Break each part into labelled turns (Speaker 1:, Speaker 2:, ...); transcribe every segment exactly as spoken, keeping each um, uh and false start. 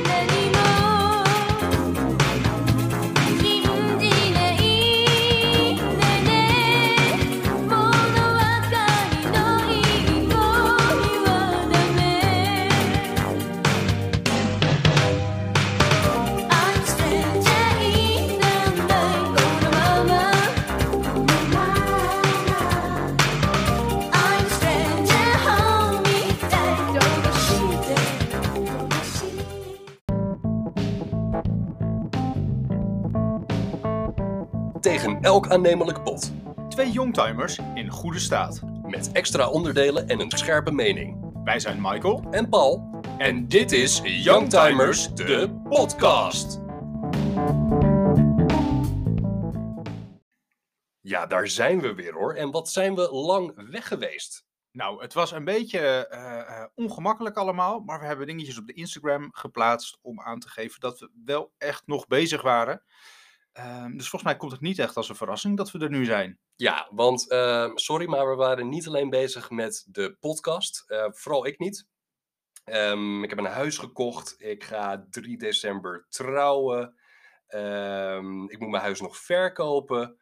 Speaker 1: Tegen elk aannemelijk bod.
Speaker 2: Twee youngtimers in goede staat.
Speaker 1: Met extra onderdelen en een scherpe mening.
Speaker 2: Wij zijn Michael.
Speaker 1: En Paul. En dit is Youngtimers, de podcast. Ja, daar zijn we weer hoor. En wat zijn we lang weg geweest.
Speaker 2: Nou, het was een beetje uh, uh, ongemakkelijk allemaal, maar we hebben dingetjes op de Instagram geplaatst om aan te geven dat we wel echt nog bezig waren. Uh, dus volgens mij komt het niet echt als een verrassing dat we er nu zijn.
Speaker 1: Ja, want uh, sorry, maar we waren niet alleen bezig met de podcast. Uh, vooral ik niet. Um, ik heb een huis gekocht. Ik ga drie december trouwen. Um, ik moet mijn huis nog verkopen.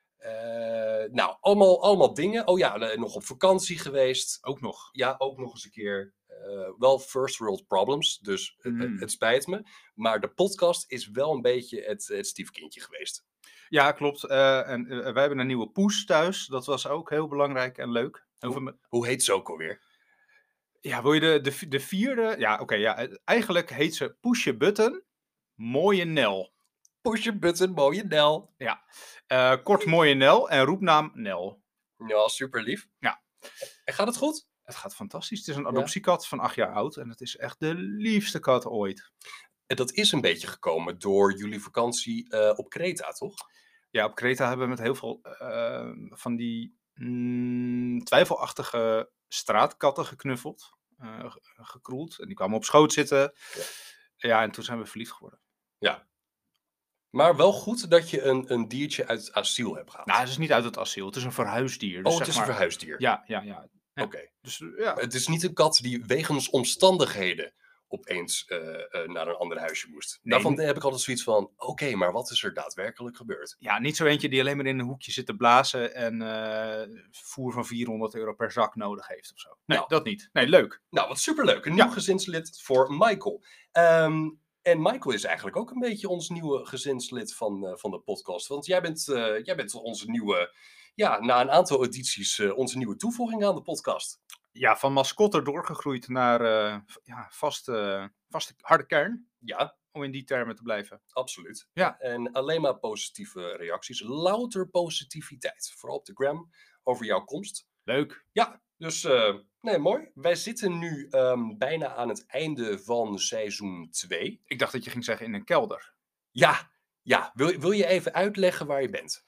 Speaker 1: Uh, nou, allemaal, allemaal dingen. Oh ja, nog op vakantie geweest.
Speaker 2: Ook nog.
Speaker 1: Ja, ook nog eens een keer. Uh, wel first world problems, dus mm. het, het spijt me. Maar de podcast is wel een beetje het, het stiefkindje geweest.
Speaker 2: Ja, klopt. Uh, en uh, wij hebben een nieuwe poes thuis. Dat was ook heel belangrijk en leuk.
Speaker 1: Hoe, me... Hoe heet ze ook alweer?
Speaker 2: Ja, wil je de, de, de vierde? Ja, oké. Okay, ja. Eigenlijk heet ze Poesje Button, Mooie Nel.
Speaker 1: Poesje Button, Mooie Nel.
Speaker 2: Ja. Uh, kort Mooie Nel en roepnaam Nel.
Speaker 1: Ja, super lief.
Speaker 2: Ja.
Speaker 1: En gaat het goed?
Speaker 2: Het gaat fantastisch. Het is een adoptiekat ja. van acht jaar oud en het is echt de liefste kat ooit.
Speaker 1: En dat is een beetje gekomen door jullie vakantie uh, op Kreta, toch?
Speaker 2: Ja, op Kreta hebben we met heel veel uh, van die mm, twijfelachtige straatkatten geknuffeld, uh, gekroeld. En die kwamen op schoot zitten. Ja. ja, en toen zijn we verliefd geworden.
Speaker 1: Ja. Maar wel goed dat je een, een diertje uit het asiel hebt gehad.
Speaker 2: Nou, het is niet uit het asiel. Het is een verhuisdier. Dus
Speaker 1: oh, het is
Speaker 2: maar...
Speaker 1: een verhuisdier?
Speaker 2: Ja, ja, ja.
Speaker 1: ja. Oké. Okay.
Speaker 2: Dus, ja.
Speaker 1: Het is niet een kat die wegens omstandigheden opeens uh, uh, naar een ander huisje moest. Nee, Daarvan heb ik altijd zoiets van, oké, okay, maar wat is er daadwerkelijk gebeurd?
Speaker 2: Ja, niet zo eentje die alleen maar in een hoekje zit te blazen en uh, voer van vierhonderd euro per zak nodig heeft of zo. Nee, nou, dat niet. Nee, leuk.
Speaker 1: Nou, wat superleuk. Een ja. nieuw gezinslid voor Michael. Um, En Michael is eigenlijk ook een beetje ons nieuwe gezinslid van, uh, van de podcast. Want jij bent, uh, jij bent onze nieuwe, ja, na een aantal edities, uh, onze nieuwe toevoeging aan de podcast.
Speaker 2: Ja, van mascotte doorgegroeid naar uh, ja, vaste, vaste harde kern.
Speaker 1: Ja.
Speaker 2: Om in die termen te blijven.
Speaker 1: Absoluut.
Speaker 2: Ja.
Speaker 1: En alleen maar positieve reacties. Louter positiviteit. Vooral op de gram over jouw komst.
Speaker 2: Leuk.
Speaker 1: Ja, dus uh, nee, mooi. Wij zitten nu um, bijna aan het einde van seizoen twee.
Speaker 2: Ik dacht dat je ging zeggen in een kelder.
Speaker 1: Ja, ja. Wil, wil je even uitleggen waar je bent?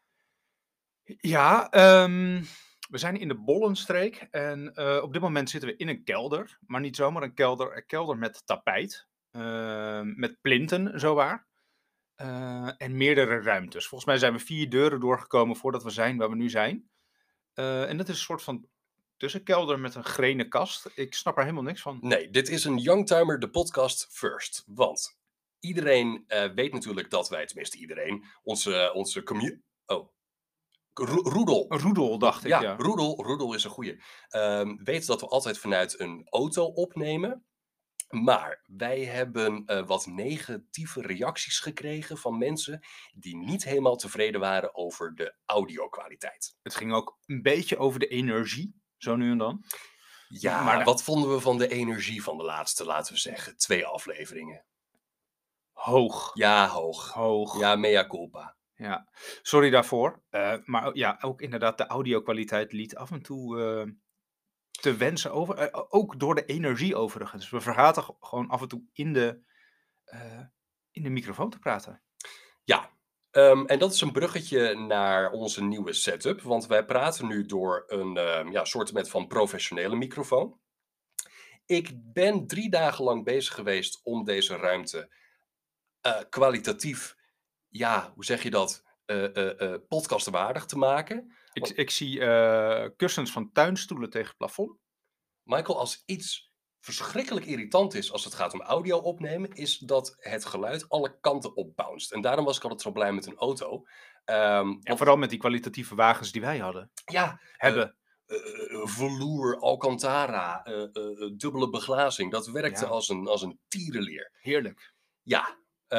Speaker 2: Ja, um, we zijn in de Bollenstreek. En uh, op dit moment zitten we in een kelder. Maar niet zomaar een kelder. Een kelder met tapijt. Uh, met plinten, zowaar. Uh, en meerdere ruimtes. Volgens mij zijn we vier deuren doorgekomen voordat we zijn waar we nu zijn. Uh, en dat is een soort van tussenkelder met een grenen kast. Ik snap er helemaal niks van.
Speaker 1: Nee, dit is een Youngtimer, de podcast first. Want iedereen uh, weet natuurlijk dat wij, tenminste iedereen, onze, onze community... Oh, Ro- Roedel.
Speaker 2: Roedel, dacht ik,
Speaker 1: ja.
Speaker 2: ja.
Speaker 1: Roedel, Roedel is een goeie. Um, weet dat we altijd vanuit een auto opnemen. Maar wij hebben uh, wat negatieve reacties gekregen van mensen die niet helemaal tevreden waren over de audio-kwaliteit.
Speaker 2: Het ging ook een beetje over de energie, zo nu en dan.
Speaker 1: Ja, maar wat vonden we van de energie van de laatste, laten we zeggen, twee afleveringen?
Speaker 2: Hoog.
Speaker 1: Ja, hoog.
Speaker 2: Hoog.
Speaker 1: Ja, mea culpa.
Speaker 2: Ja, sorry daarvoor. Uh, maar ja, ook inderdaad de audio-kwaliteit liet af en toe... Uh... te wensen over, uh, ook door de energie overigens. We vergaten g- gewoon af en toe in de, uh, in de microfoon te praten.
Speaker 1: Ja, um, en dat is een bruggetje naar onze nieuwe setup, want wij praten nu door een uh, ja, soort van professionele microfoon. Ik ben drie dagen lang bezig geweest om deze ruimte uh, kwalitatief, ja, hoe zeg je dat, uh, uh, uh, podcastwaardig te maken.
Speaker 2: Ik, ik zie uh, kussens van tuinstoelen tegen het plafond.
Speaker 1: Michael, als iets verschrikkelijk irritant is als het gaat om audio opnemen, is dat het geluid alle kanten op bounced. En daarom was ik altijd zo blij met een auto. Ehm,
Speaker 2: Ja,
Speaker 1: want
Speaker 2: vooral met die kwalitatieve wagens die wij hadden.
Speaker 1: ja, eh,
Speaker 2: Hebben.
Speaker 1: eh, eh, velour, Alcantara, eh, eh, eh, dubbele beglazing, dat werkte
Speaker 2: Ja,
Speaker 1: als een, als een tierenlier.
Speaker 2: heerlijk.
Speaker 1: Ja,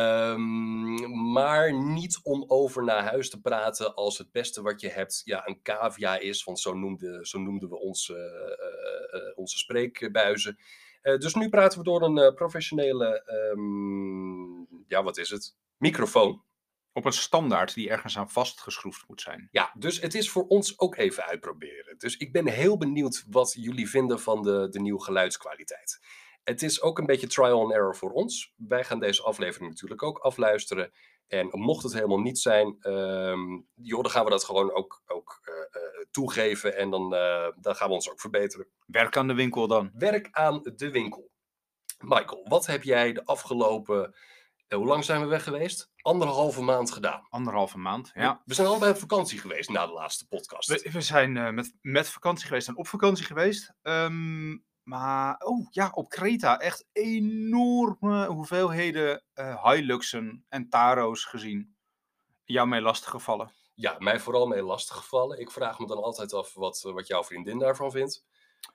Speaker 1: ehm, maar niet om over naar huis te praten als het beste wat je hebt ja, een cavia is, want zo, noemde, zo noemden we onze, eh, eh, onze spreekbuizen. Eh, dus nu praten we door een eh, professionele, ehm, ja wat is het, microfoon.
Speaker 2: Op een standaard die ergens aan vastgeschroefd moet zijn.
Speaker 1: Ja, dus het is voor ons ook even uitproberen. Dus ik ben heel benieuwd wat jullie vinden van de, de nieuwe geluidskwaliteit. Het is ook een beetje trial and error voor ons. Wij gaan deze aflevering natuurlijk ook afluisteren. En mocht het helemaal niet zijn, ehm, joh, dan gaan we dat gewoon ook, ook eh, eh, toegeven. En dan, eh, dan gaan we ons ook verbeteren.
Speaker 2: Werk aan de winkel dan.
Speaker 1: Werk aan de winkel. Michael, wat heb jij de afgelopen, eh, hoe lang zijn we weg geweest? Anderhalve maand gedaan.
Speaker 2: Anderhalve maand, ja.
Speaker 1: We zijn allebei op vakantie geweest na de laatste podcast.
Speaker 2: We, we zijn uh, met, met vakantie geweest en op vakantie geweest. Um, maar, oh ja, op Kreta echt enorme hoeveelheden uh, Hiluxen en Taro's gezien. Jou mee lastiggevallen?
Speaker 1: Ja, mij vooral mee lastiggevallen. Ik vraag me dan altijd af wat, wat jouw vriendin daarvan vindt.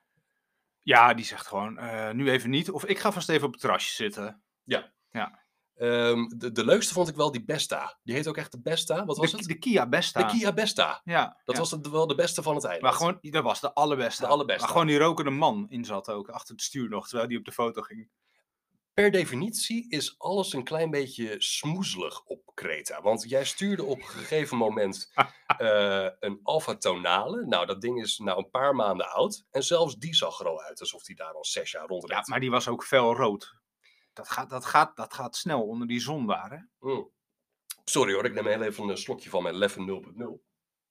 Speaker 2: Ja, die zegt gewoon, uh, nu even niet. Of ik ga vast even op het terrasje zitten.
Speaker 1: Ja.
Speaker 2: Ja.
Speaker 1: Um, de, de leukste vond ik wel die Besta. Die heet ook echt de Besta. Wat was
Speaker 2: de,
Speaker 1: het?
Speaker 2: De Kia Besta.
Speaker 1: De Kia Besta.
Speaker 2: Ja.
Speaker 1: Dat
Speaker 2: ja.
Speaker 1: was het, wel de beste van het eiland.
Speaker 2: Maar gewoon, dat was de allerbeste.
Speaker 1: De allerbeste.
Speaker 2: Maar gewoon die rokende man in zat ook, achter het stuur nog, terwijl die op de foto ging.
Speaker 1: Per definitie is alles een klein beetje smoezelig op Kreta. Want jij stuurde op een gegeven moment uh, een Alfa Tonale. Nou, dat ding is nou een paar maanden oud. En zelfs die zag er al uit alsof die daar al zes jaar rondreed.
Speaker 2: Ja, maar die was ook fel rood. Dat gaat, dat, gaat, dat gaat snel onder die zon daar, hè?
Speaker 1: Mm. Sorry hoor, ik neem heel even een slokje van mijn Leffe nul punt nul.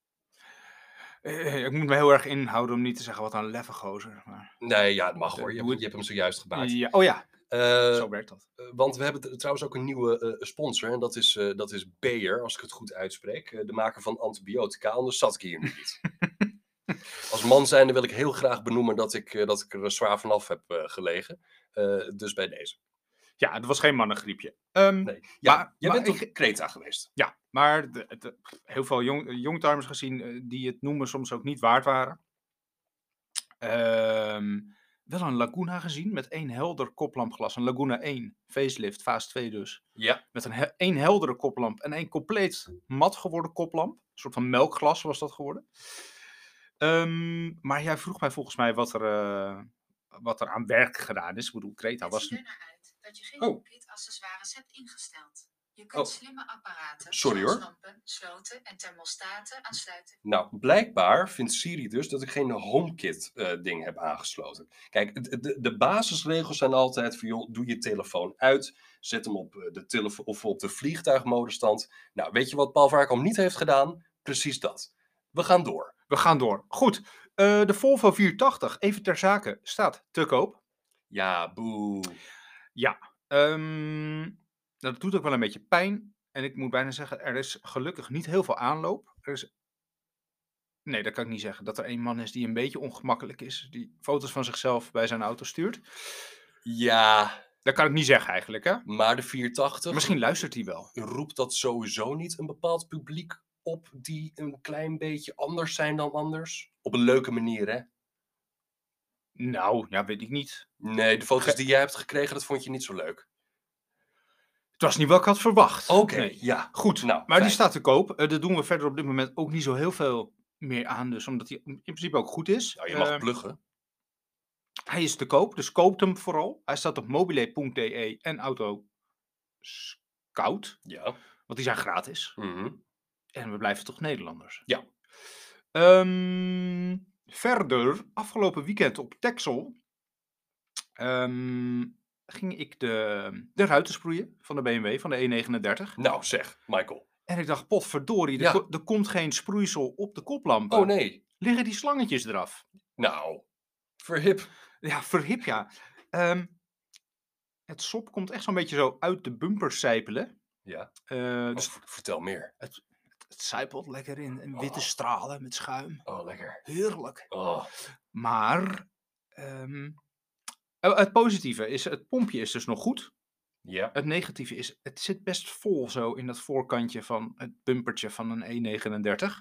Speaker 2: Uh, ik moet me heel erg inhouden om niet te zeggen wat een leffe gozer. Maar...
Speaker 1: Nee, ja, het mag hoor. Je, je hebt hem zojuist gemaakt.
Speaker 2: Ja, oh ja,
Speaker 1: uh,
Speaker 2: zo werkt dat.
Speaker 1: Uh, want we hebben trouwens ook een nieuwe uh, sponsor. En dat is, uh, dat is Bayer, als ik het goed uitspreek. Uh, de maker van antibiotica, anders zat ik hier nu niet. Als man zijnde wil ik heel graag benoemen dat ik, uh, dat ik er zwaar vanaf heb uh, gelegen. Uh, dus bij deze.
Speaker 2: Ja, het was geen mannengriepje. Um,
Speaker 1: nee. Ja,
Speaker 2: maar,
Speaker 1: jij
Speaker 2: maar
Speaker 1: bent
Speaker 2: ik...
Speaker 1: op Kreta geweest.
Speaker 2: Ja, maar de, de, heel veel jong, youngtimers gezien uh, die het noemen soms ook niet waard waren. Um, wel een Laguna gezien met één helder koplampglas. Een Laguna één, facelift, fase twee dus.
Speaker 1: Ja.
Speaker 2: Met een he- één heldere koplamp en één compleet mat geworden koplamp. Een soort van melkglas was dat geworden. Um, maar jij vroeg mij volgens mij wat er, uh, wat er aan werk gedaan is. Ik bedoel, Kreta was...
Speaker 3: Het ziet ernaar uit dat je geen HomeKit-accessoires hebt ingesteld. Je kunt
Speaker 1: oh.
Speaker 3: slimme apparaten,
Speaker 1: Sorry hoor.
Speaker 3: lampen, sloten en thermostaten aansluiten.
Speaker 1: Nou, blijkbaar vindt Siri dus dat ik geen HomeKit uh, ding heb aangesloten. Kijk, de, de, de basisregels zijn altijd van, joh, doe je telefoon uit, zet hem op de telefoon of op de vliegtuigmodestand. Nou, weet je wat Paul Varkamp niet heeft gedaan? Precies dat. We gaan door.
Speaker 2: We gaan door. Goed, uh, de Volvo vierhonderdtachtig, even ter zake, staat te koop.
Speaker 1: Ja, boe.
Speaker 2: Ja, um... dat doet ook wel een beetje pijn. En ik moet bijna zeggen, er is gelukkig niet heel veel aanloop. Er is... Nee, dat kan ik niet zeggen. Dat er één man is die een beetje ongemakkelijk is. Die foto's van zichzelf bij zijn auto stuurt.
Speaker 1: Ja.
Speaker 2: Dat kan ik niet zeggen eigenlijk, hè?
Speaker 1: Maar de vierhonderdtachtig...
Speaker 2: Misschien luistert hij wel.
Speaker 1: Roept dat sowieso niet een bepaald publiek op die een klein beetje anders zijn dan anders? Op een leuke manier, hè?
Speaker 2: Nou, ja, weet ik niet.
Speaker 1: Nee, de foto's die jij hebt gekregen, dat vond je niet zo leuk.
Speaker 2: Het was niet wat ik had verwacht.
Speaker 1: Oké, okay, nee. Ja.
Speaker 2: Goed,
Speaker 1: nou,
Speaker 2: maar
Speaker 1: fijn.
Speaker 2: Die staat te koop. Uh, daar doen we verder op dit moment ook niet zo heel veel meer aan. Dus omdat hij in principe ook goed is.
Speaker 1: Nou, je mag
Speaker 2: uh,
Speaker 1: pluggen.
Speaker 2: Hij is te koop, dus koopt hem vooral. Hij staat op mobile punt d e en Auto Scout.
Speaker 1: Ja.
Speaker 2: Want die zijn gratis.
Speaker 1: Mm-hmm.
Speaker 2: En we blijven toch Nederlanders.
Speaker 1: Ja.
Speaker 2: Um, verder, afgelopen weekend op Texel... Um, ging ik de, de ruiten sproeien van de B M W, van de E negenendertig.
Speaker 1: Nou zeg, Michael.
Speaker 2: En ik dacht, potverdorie,
Speaker 1: ja.
Speaker 2: er, er komt geen sproeisel op de koplampen.
Speaker 1: Oh nee.
Speaker 2: Liggen die slangetjes eraf?
Speaker 1: Nou, verhip.
Speaker 2: Ja, verhip ja. Um, het sop komt echt zo'n beetje zo uit de bumper sijpelen.
Speaker 1: Ja,
Speaker 2: uh,
Speaker 1: oh,
Speaker 2: dus
Speaker 1: vertel meer.
Speaker 2: Het, het, het sijpelt lekker in, in witte oh. stralen met schuim.
Speaker 1: Oh, lekker.
Speaker 2: Heerlijk.
Speaker 1: Oh.
Speaker 2: Maar... Um, Oh, het positieve is, het pompje is dus nog goed.
Speaker 1: Ja.
Speaker 2: Het negatieve is, het zit best vol zo in dat voorkantje van het bumpertje van een E negenendertig.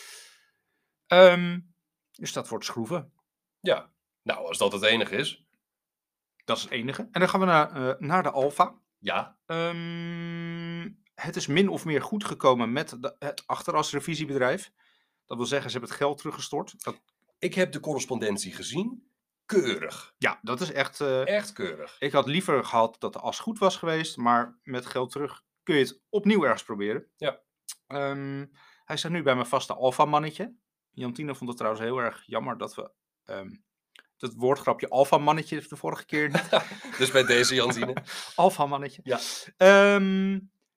Speaker 2: Ehm, dus dat wordt schroeven.
Speaker 1: Ja. Nou, als dat het enige is.
Speaker 2: Dat is het enige. En dan gaan we naar, eh, naar de Alfa.
Speaker 1: Ja.
Speaker 2: Ehm, het is min of meer goed gekomen met de, het achterasrevisiebedrijf. Dat wil zeggen, ze hebben het geld teruggestort. Dat,
Speaker 1: Ik heb de correspondentie gezien. Keurig.
Speaker 2: ja, dat is echt... eh,
Speaker 1: Echt keurig.
Speaker 2: ik had liever gehad dat de as goed was geweest, maar met geld terug kun je het opnieuw ergens proberen.
Speaker 1: Ja.
Speaker 2: Ehm, hij staat nu bij mijn vaste Alfa-mannetje. Jantine vond het trouwens heel erg jammer dat we ehm, dat woordgrapje Alfa-mannetje de vorige keer niet.
Speaker 1: Dus bij deze Jantine.
Speaker 2: Alfa-mannetje.
Speaker 1: Ja.
Speaker 2: Ehm,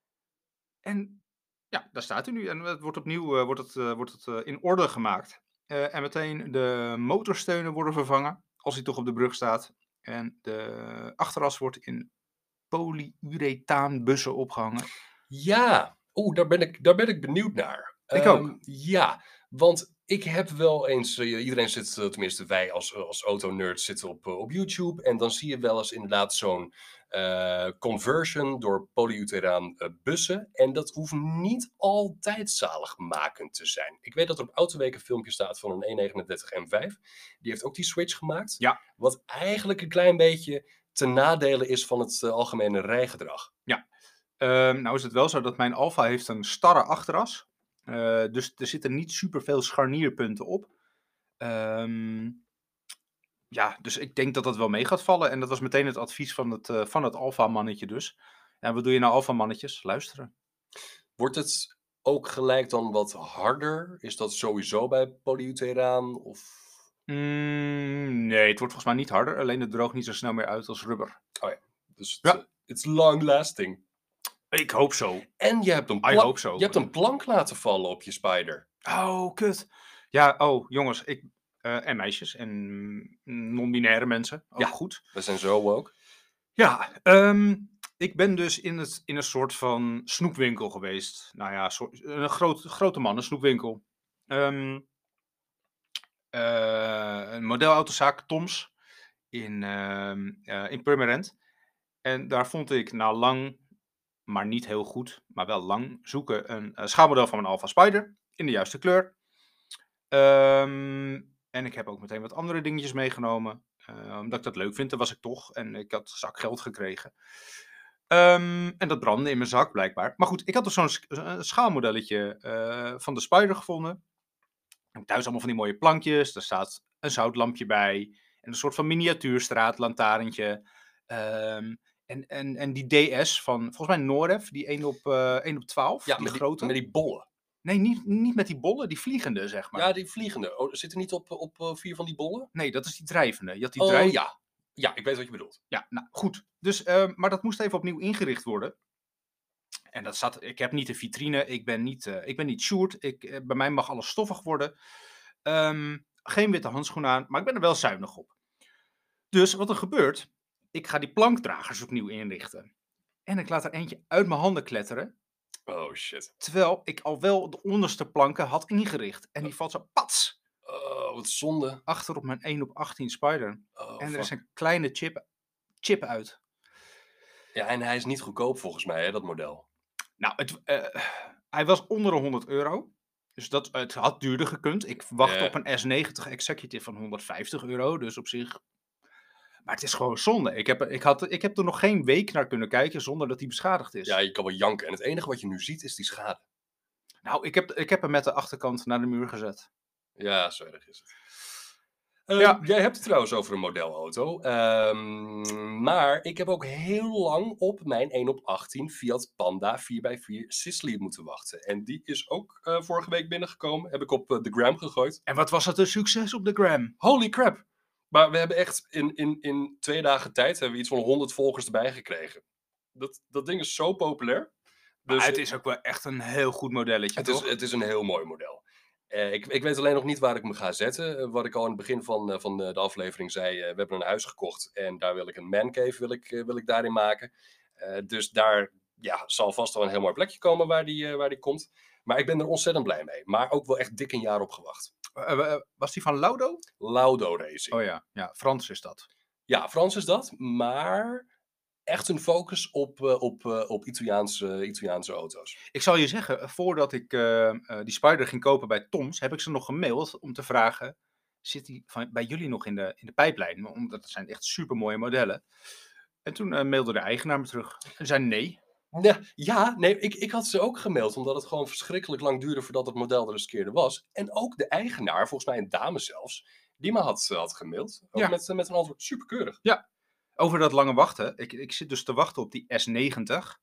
Speaker 2: en ja, daar staat hij nu. En het wordt opnieuw eh, wordt het, eh, wordt het, eh, in orde gemaakt. Eh, en meteen de motorsteunen worden vervangen, als hij toch op de brug staat. En de achteras wordt in polyurethaanbussen opgehangen.
Speaker 1: Ja. Oeh, daar ben ik, daar ben ik benieuwd naar.
Speaker 2: Ik
Speaker 1: Ehm,
Speaker 2: ook.
Speaker 1: Ja, want ik heb wel eens... eh, iedereen zit, eh, tenminste wij als, als autonerds zitten op, eh, op YouTube. En dan zie je wel eens inderdaad zo'n eh, conversion door polyurethaan eh, bussen. En dat hoeft niet altijd zaligmakend te zijn. Ik weet dat er op Autoweek een filmpje staat van een E negenendertig M vijf. Die heeft ook die switch gemaakt.
Speaker 2: Ja.
Speaker 1: Wat eigenlijk een klein beetje ten nadele is van het eh, algemene rijgedrag.
Speaker 2: Ehm, nou is het wel zo dat mijn Alfa heeft een starre achteras. Eh, dus er zitten niet superveel scharnierpunten op. Ehm, ja, dus ik denk dat dat wel mee gaat vallen. En dat was meteen het advies van het, eh, van het Alfa-mannetje dus. Ja, wat doe je nou Alfa-mannetjes? Luisteren.
Speaker 1: Wordt het ook gelijk dan wat harder? Is dat sowieso bij polyurethaan? Of...
Speaker 2: Mm, nee, het wordt volgens mij niet harder. Alleen het droogt niet zo snel meer uit als rubber.
Speaker 1: Dus
Speaker 2: Ja.
Speaker 1: het, eh, it's long lasting.
Speaker 2: Ik hoop zo.
Speaker 1: En je hebt, een
Speaker 2: I
Speaker 1: plank,
Speaker 2: hope so.
Speaker 1: je hebt een plank laten vallen op je Spider.
Speaker 2: Oh, kut. Ja, oh, jongens. Ik, eh, en meisjes. En non-binaire mensen. Ook
Speaker 1: Ja.
Speaker 2: goed.
Speaker 1: We zijn zo ook.
Speaker 2: Ja, ehm, ik ben dus in, het, in een soort van snoepwinkel geweest. Nou ja, soort, een groot, grote mannen snoepwinkel. Ehm, eh, een modelautozaak, Toms, in, ehm, eh, in Purmerend. En daar vond ik na lang, maar niet heel goed, maar wel lang zoeken, een eh, schaalmodel van mijn Alfa Spider in de juiste kleur. Ehm, en ik heb ook meteen wat andere dingetjes meegenomen. eh, omdat ik dat leuk vind, dat was ik toch. En ik had zakgeld gekregen. Ehm, en dat brandde in mijn zak, blijkbaar. Maar goed, ik had dus zo'n sch- eh, schaalmodelletje eh, van de Spider gevonden. Ik heb thuis allemaal van die mooie plankjes. Er staat een zoutlampje bij. En een soort van miniatuurstraatlantaarntje. Ehm, en, en, en die D S van, volgens mij Noref, die één op, eh één op twaalf.
Speaker 1: Ja,
Speaker 2: die
Speaker 1: met,
Speaker 2: grote.
Speaker 1: die, met die bollen.
Speaker 2: Nee, niet, niet met die bollen, die vliegende, zeg maar.
Speaker 1: Ja, die vliegende. Oh, zit er niet op, op eh, vier van die bollen?
Speaker 2: Nee, dat is die drijvende. Je had die
Speaker 1: Oh
Speaker 2: drijf...
Speaker 1: ja. Ja, ik weet wat je bedoelt.
Speaker 2: Ja, nou goed. Dus, ehm, maar dat moest even opnieuw ingericht worden. En dat zat, ik heb niet een vitrine, ik ben niet, eh, ik ben niet Sjoerd. Ik, eh, bij mij mag alles stoffig worden. Ehm, geen witte handschoenen aan, maar ik ben er wel zuinig op. Dus wat er gebeurt, ik ga die plankdragers opnieuw inrichten. En ik laat er eentje uit mijn handen kletteren.
Speaker 1: Oh shit.
Speaker 2: Terwijl ik al wel de onderste planken had ingericht. En die valt zo pats
Speaker 1: Oh, wat zonde.
Speaker 2: achter op mijn één op achttien Spider.
Speaker 1: Oh,
Speaker 2: en er is
Speaker 1: fuck.
Speaker 2: een kleine chip, chip uit.
Speaker 1: Ja, en hij is niet goedkoop volgens mij, hè, dat model.
Speaker 2: Nou, het, eh, hij was onder de honderd euro. Dus dat, het had duurder gekund. Ik wacht
Speaker 1: Ja.
Speaker 2: op een S negentig Executive van honderdvijftig euro. Dus op zich... Maar het is gewoon zonde. Ik heb, ik, had, ik heb er nog geen week naar kunnen kijken zonder dat hij beschadigd is.
Speaker 1: Ja, je kan wel janken. En het enige wat je nu ziet is die schade.
Speaker 2: Nou, ik heb, ik heb hem met de achterkant naar de muur gezet.
Speaker 1: Ja, zo erg is het. Ehm,
Speaker 2: Ja.
Speaker 1: Jij hebt het trouwens over een modelauto. Ehm, maar ik heb ook heel lang op mijn één op achttien Fiat Panda vier bij vier Sicily moeten wachten. En die is ook eh, vorige week binnengekomen. Heb ik op eh, de gram gegooid.
Speaker 2: En wat was het een succes op de gram?
Speaker 1: Holy crap. Maar we hebben echt in, in, in twee dagen tijd hebben we iets van honderd volgers erbij gekregen. Dat, dat ding is zo populair.
Speaker 2: Maar
Speaker 1: Dus
Speaker 2: het is ook wel echt een heel goed modelletje,
Speaker 1: het is,
Speaker 2: toch?
Speaker 1: het is een heel mooi model. Eh, ik, ik weet alleen nog niet waar ik me ga zetten. Eh, wat ik al in het begin van, eh, van eh, de aflevering zei. eh, we hebben een huis gekocht. En daar wil ik een mancave wil ik, eh, wil ik daarin maken. Eh, dus daar ja, zal vast wel een heel mooi plekje komen waar die, eh, waar die komt. Maar ik ben er ontzettend blij mee. Maar ook wel echt dik een jaar op gewacht.
Speaker 2: Eh, eh, was die van Laudo?
Speaker 1: Laudo Racing.
Speaker 2: Oh ja, ja, Frans is dat.
Speaker 1: Ja, Frans is dat, maar echt een focus op, uh, op, uh, op Italiaanse, Italiaanse auto's.
Speaker 2: Ik zal je zeggen, eh, voordat ik uh, uh, die Spider ging kopen bij Toms, heb ik ze nog gemaild om te vragen, zit die van, bij jullie nog in de, in de pijplijn? Omdat het zijn echt super mooie modellen. En toen uh, mailde de eigenaar me terug en zei nee.
Speaker 1: Ja, ja nee, ik, ik had ze ook gemaild, omdat het gewoon verschrikkelijk lang duurde voordat het model er eens keerde was. En ook de eigenaar, volgens mij een dame zelfs, die me had, had gemaild. Ook
Speaker 2: Ja.
Speaker 1: met, met een antwoord, superkeurig.
Speaker 2: Ja, over dat lange wachten. Ik, ik zit dus te wachten op die S negentig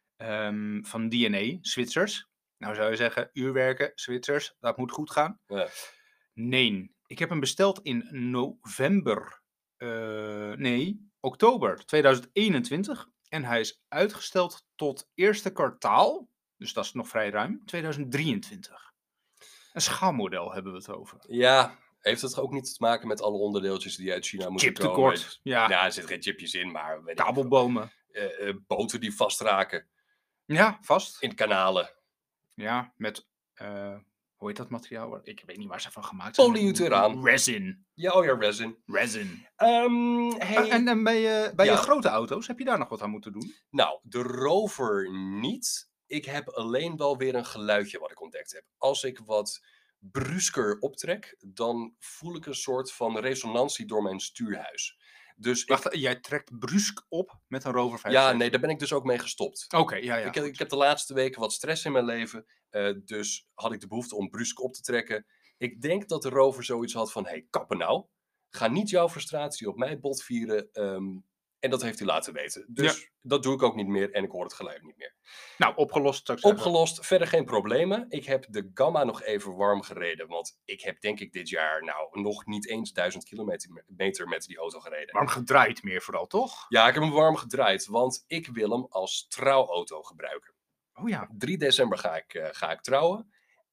Speaker 2: um, van D N A, Zwitsers. Nou zou je zeggen, uurwerken, Zwitsers, dat moet goed gaan.
Speaker 1: Ja.
Speaker 2: Nee, ik heb hem besteld in november, uh, nee, oktober tweeduizend eenentwintig. En hij is uitgesteld tot eerste kwartaal, dus dat is nog vrij ruim, tweeduizend drieëntwintig. Een schaalmodel hebben we het over.
Speaker 1: Ja, heeft het ook niet te maken met alle onderdeeltjes die uit China moeten komen?
Speaker 2: Chiptekort, ja.
Speaker 1: Ja, er zitten geen chipjes in, maar... Weet
Speaker 2: kabelbomen.
Speaker 1: Uh, uh, boten die vastraken.
Speaker 2: Ja, vast.
Speaker 1: In kanalen.
Speaker 2: Ja, met... Uh, hoe heet dat materiaal? Ik weet niet waar ze van gemaakt
Speaker 1: zijn. Polyurethaan.
Speaker 2: Resin.
Speaker 1: Ja, oh ja, resin.
Speaker 2: Resin.
Speaker 1: Um, hey.
Speaker 2: En, en bij, je, bij
Speaker 1: ja.
Speaker 2: je grote auto's, heb je daar nog wat aan moeten doen?
Speaker 1: Nou, de Rover niet. Ik heb alleen wel weer een geluidje wat ik ontdekt heb. Als ik wat brusker optrek, dan voel ik een soort van resonantie door mijn stuurhuis. Dus
Speaker 2: Wacht,
Speaker 1: ik...
Speaker 2: jij trekt brusk op met een Rover vijf?
Speaker 1: Ja, nee, daar ben ik dus ook mee gestopt.
Speaker 2: Oké, okay, ja, ja.
Speaker 1: Ik, ik heb de laatste weken wat stress in mijn leven, uh, dus had ik de behoefte om brusk op te trekken. Ik denk dat de Rover zoiets had van, hey, kappen nou. Ga niet jouw frustratie op mij botvieren. Um, en dat heeft hij laten weten. Dus ja. Dat doe ik ook niet meer en ik hoor het geluid niet meer.
Speaker 2: Nou, opgelost. Zou ik
Speaker 1: opgelost, verder geen problemen. Ik heb de Gamma nog even warm gereden. Want ik heb denk ik dit jaar nou nog niet eens duizend kilometer met die auto gereden.
Speaker 2: Warm gedraaid meer vooral, toch?
Speaker 1: Ja, ik heb hem warm gedraaid. Want ik wil hem als trouwauto gebruiken.
Speaker 2: Oh ja.
Speaker 1: drie december ga ik, uh, ga ik trouwen.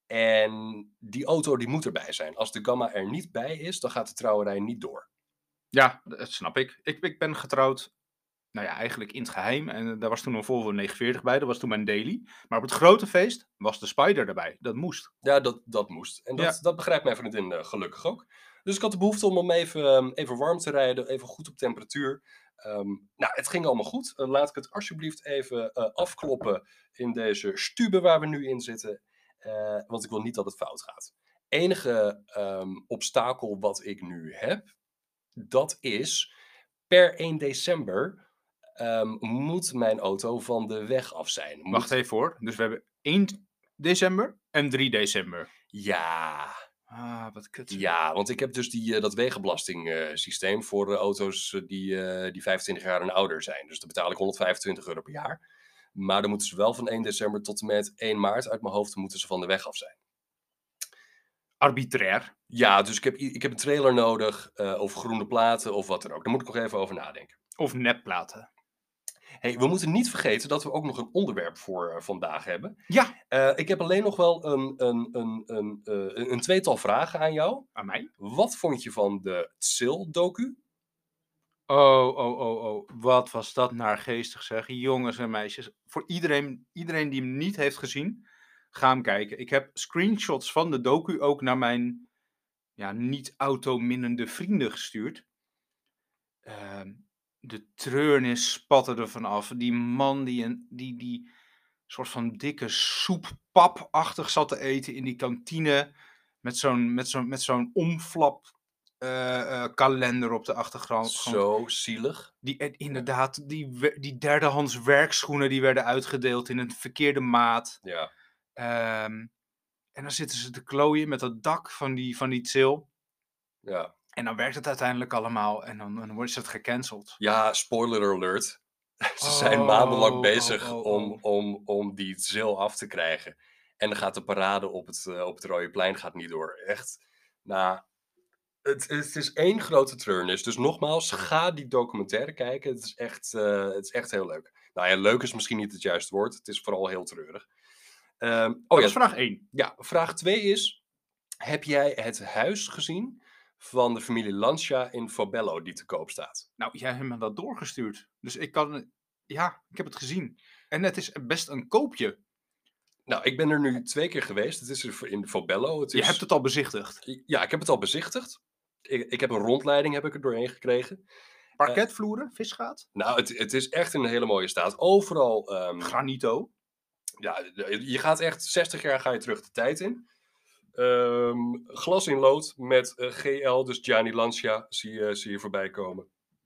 Speaker 1: En die auto die moet erbij zijn. Als de Gamma er niet bij is, dan gaat de trouwerij niet door.
Speaker 2: Ja, dat snap ik. Ik, ik ben getrouwd, nou ja, eigenlijk in het geheim. En daar was toen een Volvo negenenveertig bij. Dat was toen mijn daily. Maar op het grote feest was de Spider erbij. Dat moest.
Speaker 1: Ja, dat, dat moest. En dat, ja. dat begrijpt mijn vriendin uh, gelukkig ook. Dus ik had de behoefte om hem even, um, even warm te rijden. Even goed op temperatuur. Um, nou, het ging allemaal goed. Uh, laat ik het alsjeblieft even uh, afkloppen in deze stube waar we nu in zitten. Uh, want ik wil niet dat het fout gaat. Enige um, obstakel wat ik nu heb, dat is per één december um, moet mijn auto van de weg af zijn. Moet...
Speaker 2: Wacht even hoor. Dus we hebben één december en drie december.
Speaker 1: Ja.
Speaker 2: Ah, wat kut.
Speaker 1: Ja, want ik heb dus die, uh, dat wegenbelastingsysteem uh, voor uh, auto's uh, die, uh, die vijfentwintig jaar en ouder zijn. Dus dan betaal ik honderdvijfentwintig euro per jaar. Maar dan moeten ze wel van één december tot en met één maart uit mijn hoofd moeten ze van de weg af zijn.
Speaker 2: Arbitrair.
Speaker 1: Ja, dus ik heb, ik heb een trailer nodig, uh, of groene platen, of wat dan ook. Daar moet ik nog even over nadenken.
Speaker 2: Of nepplaten.
Speaker 1: Hey, we moeten niet vergeten dat we ook nog een onderwerp voor uh, vandaag hebben.
Speaker 2: Ja.
Speaker 1: Uh, ik heb alleen nog wel een, een, een, een, uh, een tweetal vragen aan jou.
Speaker 2: Aan mij?
Speaker 1: Wat vond je van de Sil-docu?
Speaker 2: Oh, oh, oh, oh. Wat was dat naargeestig zeg. Jongens en meisjes. Voor iedereen, iedereen die hem niet heeft gezien, ga hem kijken. Ik heb screenshots van de docu ook naar mijn ja, niet-auto-minnende vrienden gestuurd. Uh, de treurnis spatte er vanaf. Die man die een die, die soort van dikke soeppapachtig zat te eten in die kantine. Met zo'n, met zo'n, met zo'n omflap uh, uh, kalender op de achtergrond.
Speaker 1: Zo zielig.
Speaker 2: Die, inderdaad, die, die derdehands werkschoenen die werden uitgedeeld in een verkeerde maat.
Speaker 1: Ja.
Speaker 2: Um, en dan zitten ze te klooien met het dak van die, van die Sil.
Speaker 1: Ja.
Speaker 2: En dan werkt het uiteindelijk allemaal en dan, dan wordt het gecanceld.
Speaker 1: Ja, spoiler alert. Ze
Speaker 2: oh,
Speaker 1: zijn maandenlang bezig
Speaker 2: oh, oh, oh.
Speaker 1: Om, om, om die Sil af te krijgen. En dan gaat de parade op het, uh, op het Rode Plein gaat niet door. Echt, nou, het, het is één grote treurnis. Dus nogmaals, ga die documentaire kijken. Het is echt, uh, het is echt heel leuk. Nou ja, leuk is misschien niet het juiste woord. Het is vooral heel treurig. Um, oh
Speaker 2: dat
Speaker 1: ja,
Speaker 2: is vraag één.
Speaker 1: Ja, vraag twee is, heb jij het huis gezien van de familie Lancia in Fobello die te koop staat?
Speaker 2: Nou, jij hebt me dat doorgestuurd. Dus ik kan... Ja, ik heb het gezien. En het is best een koopje.
Speaker 1: Nou, ik ben er nu twee keer geweest. Het is in Fobello. Het is...
Speaker 2: Je hebt het al bezichtigd?
Speaker 1: Ja, ik heb het al bezichtigd. Ik, ik heb een rondleiding heb ik er doorheen gekregen.
Speaker 2: Parketvloeren, visgaat,
Speaker 1: Nou, het, het is echt in een hele mooie staat. Overal, ehm,
Speaker 2: granito.
Speaker 1: ja, je gaat echt zestig jaar ga je terug de tijd in. Ehm, glas in lood met eh, G L, dus Gianni Lancia, zie je, zie je voorbij komen.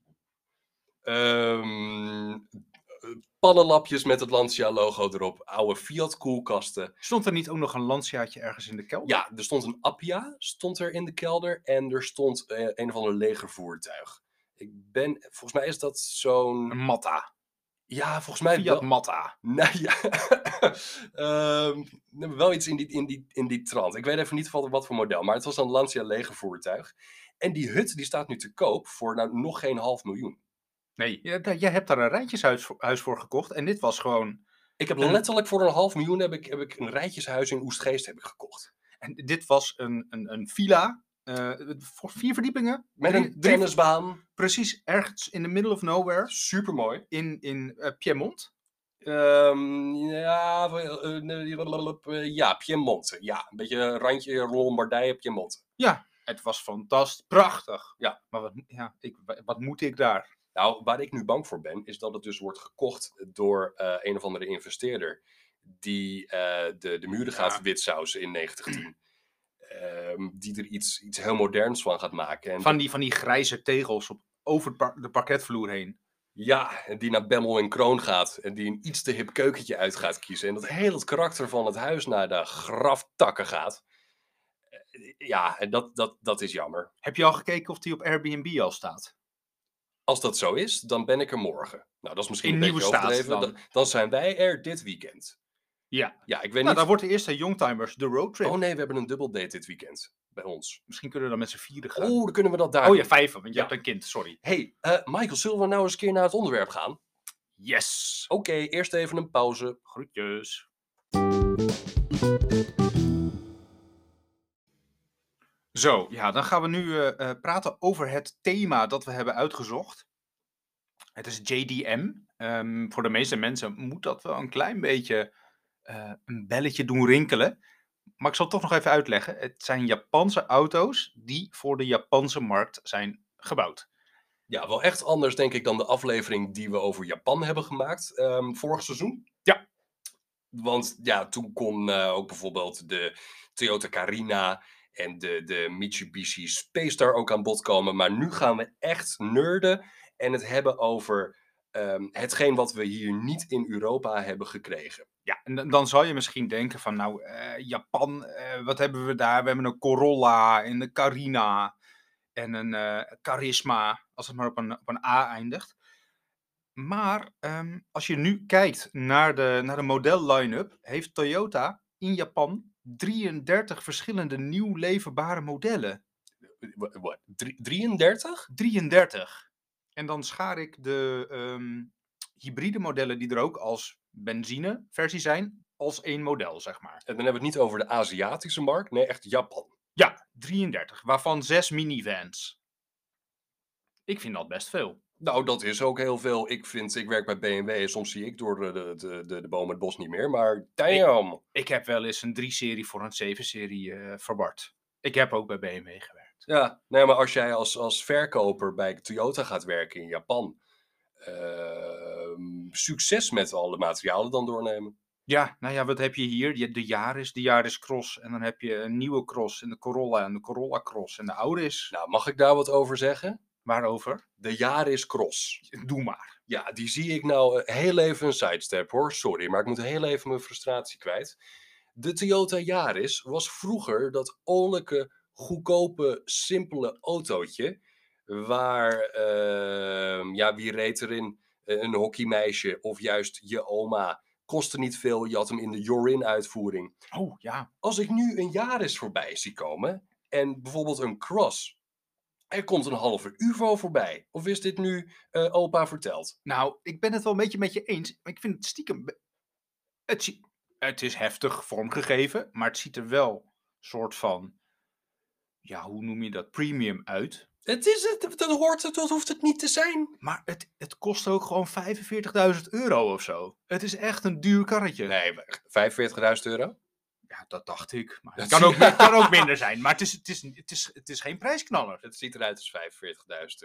Speaker 1: Ehm, pannenlapjes met het Lancia-logo erop. Oude Fiat-koelkasten.
Speaker 2: Stond er niet ook nog een Lanciaatje ergens in de kelder?
Speaker 1: Ja, er stond een Appia stond er in de kelder. En er stond eh, een of ander legervoertuig. Ik ben, volgens mij is dat zo'n...
Speaker 2: Een Matta.
Speaker 1: Ja, volgens mij
Speaker 2: Fiat
Speaker 1: wel...
Speaker 2: Matta.
Speaker 1: Nou ja, Ehm, wel iets in die, in, die, in die trant. Ik weet even niet wat, wat voor model, maar het was een Lancia legervoertuig. En die hut die staat nu te koop voor nou, nog geen half miljoen.
Speaker 2: Nee, ja, da- jij hebt daar een rijtjeshuis voor, huis voor gekocht. En dit was gewoon...
Speaker 1: Ik heb
Speaker 2: Een-
Speaker 1: letterlijk voor een half miljoen heb ik, heb ik een rijtjeshuis in Oestgeest heb ik gekocht.
Speaker 2: En dit was een, een, een villa. eh, voor vier verdiepingen.
Speaker 1: Met
Speaker 2: Drie-
Speaker 1: een
Speaker 2: drie-
Speaker 1: tennisbaan.
Speaker 2: Precies, ergens in the middle of nowhere.
Speaker 1: Supermooi.
Speaker 2: In, in eh, Piemont.
Speaker 1: Ehm ja, eh, eh, ja, Piemonte. Ja, een beetje een randje Lombardije, Piemonte.
Speaker 2: Ja, het was fantastisch. Prachtig.
Speaker 1: Ja.
Speaker 2: Maar wat, ja, ik, wat moet ik daar?
Speaker 1: Nou, waar ik nu bang voor ben, is dat het dus wordt gekocht door eh, een of andere investeerder. Die eh, de, de muren gaat
Speaker 2: Ja.
Speaker 1: witsausen in negentig tien. Ehm, die er iets, iets heel moderns van gaat maken. En
Speaker 2: Van die, van die grijze tegels op, over het par- de parketvloer heen.
Speaker 1: Ja, en die naar Bemmel en Kroon gaat. En die een iets te hip keukentje uit gaat kiezen. En dat heel het karakter van het huis naar de graftakken gaat. Eh, Ja, en dat, dat, dat is jammer.
Speaker 2: Heb je al gekeken of die op Airbnb al staat?
Speaker 1: Als dat zo is, dan ben ik er morgen. Nou, dat is misschien
Speaker 2: In
Speaker 1: een beetje
Speaker 2: nieuwe staat
Speaker 1: overdreven.
Speaker 2: dan.
Speaker 1: Dan. dan zijn wij er dit weekend.
Speaker 2: Ja.
Speaker 1: Ja, ik weet
Speaker 2: Nou,
Speaker 1: niet...
Speaker 2: dan wordt de eerste Youngtimers de roadtrip.
Speaker 1: Oh nee, we hebben een dubbeldate dit weekend. Bij ons.
Speaker 2: Misschien kunnen we dan met z'n vieren gaan.
Speaker 1: Oh, dan kunnen we dat daar
Speaker 2: Oh ja,
Speaker 1: doen.
Speaker 2: vijf, want je
Speaker 1: Ja.
Speaker 2: hebt een kind, sorry.
Speaker 1: Hey, eh, Michael, zullen we nou eens een keer naar het onderwerp gaan?
Speaker 2: Yes.
Speaker 1: Oké, eerst even een pauze.
Speaker 2: Groetjes. Zo, ja, dan gaan we nu eh, eh, praten over het thema dat we hebben uitgezocht. Het is J D M. Ehm, voor de meeste mensen moet dat wel een klein beetje eh, een belletje doen rinkelen. Maar ik zal het toch nog even uitleggen. Het zijn Japanse auto's die voor de Japanse markt zijn gebouwd.
Speaker 1: Ja, wel echt anders denk ik dan de aflevering die we over Japan hebben gemaakt ehm, vorig seizoen.
Speaker 2: Ja.
Speaker 1: Want ja, toen kon eh, ook bijvoorbeeld de Toyota Carina en de, de Mitsubishi Space Star ook aan bod komen. Maar nu gaan we echt nerden en het hebben over ehm, hetgeen wat we hier niet in Europa hebben gekregen.
Speaker 2: Ja, en dan- dan zal je misschien denken van, nou, eh, Japan, eh, wat hebben we daar? We hebben een Corolla en een Carina en een eh, Charisma, als het maar op een, op een A eindigt. Maar ehm, als je nu kijkt naar de, naar de model line-up, heeft Toyota in Japan drieëndertig verschillende nieuw leverbare modellen.
Speaker 1: Wa- Wat? Drie- drieëndertig?
Speaker 2: drieëndertig. En dan schaar ik de ehm, hybride modellen die er ook als benzineversie zijn, als één model, zeg maar.
Speaker 1: En dan hebben we het niet over de Aziatische markt, nee, echt Japan.
Speaker 2: Ja, drieëndertig, waarvan zes minivans. Ik vind dat best veel.
Speaker 1: Nou, dat is ook heel veel. Ik vind, ik werk bij B M W en soms zie ik door de, de, de, de, de bomen het bos niet meer. Maar damn.
Speaker 2: Ik heb wel eens een drie-serie voor een zeven-serie eh verward. Ik heb ook bij B M W gewerkt.
Speaker 1: Ja, nee, maar als jij als, als verkoper bij Toyota gaat werken in Japan, ehm, succes met alle materialen dan doornemen.
Speaker 2: Ja, nou ja, wat heb je hier? Je hebt de Yaris, de Yaris Cross. En dan heb je een nieuwe Cross en de Corolla en de Corolla Cross en de Auris.
Speaker 1: Nou, mag ik daar wat over zeggen?
Speaker 2: Waarover?
Speaker 1: De Yaris Cross.
Speaker 2: Doe maar.
Speaker 1: Ja, die zie ik nou eh, heel even een sidestep hoor. Sorry, maar ik moet heel even mijn frustratie kwijt. De Toyota Yaris was vroeger dat olijke, goedkope, simpele autootje. Waar, ehm, ja, wie reed erin? Eh, Een hockeymeisje of juist je oma. Kostte niet veel, je had hem in de Jorin-uitvoering.
Speaker 2: Oh, ja.
Speaker 1: Als ik nu een Yaris voorbij zie komen en bijvoorbeeld een Cross. Er komt een halve U V O voorbij. Of is dit nu eh, opa verteld?
Speaker 2: Nou, ik ben het wel een beetje met je eens. Maar ik vind het stiekem... be- Het, zie- het is heftig vormgegeven, maar het ziet er wel soort van... Ja, hoe noem je dat? Premium uit.
Speaker 1: Het is het, dat hoort het, dat hoeft het niet te zijn.
Speaker 2: Maar het, het kost ook gewoon vijfenveertigduizend euro of zo. Het is echt een duur karretje.
Speaker 1: Nee, vijfenveertigduizend euro?
Speaker 2: Ja, dat dacht ik. Maar
Speaker 1: Dat
Speaker 2: het kan
Speaker 1: zie-
Speaker 2: ook, het kan ook minder zijn. Maar het is, het, is, het, is, het is geen prijsknaller.
Speaker 1: Het ziet eruit als vijfenveertigduizend euro.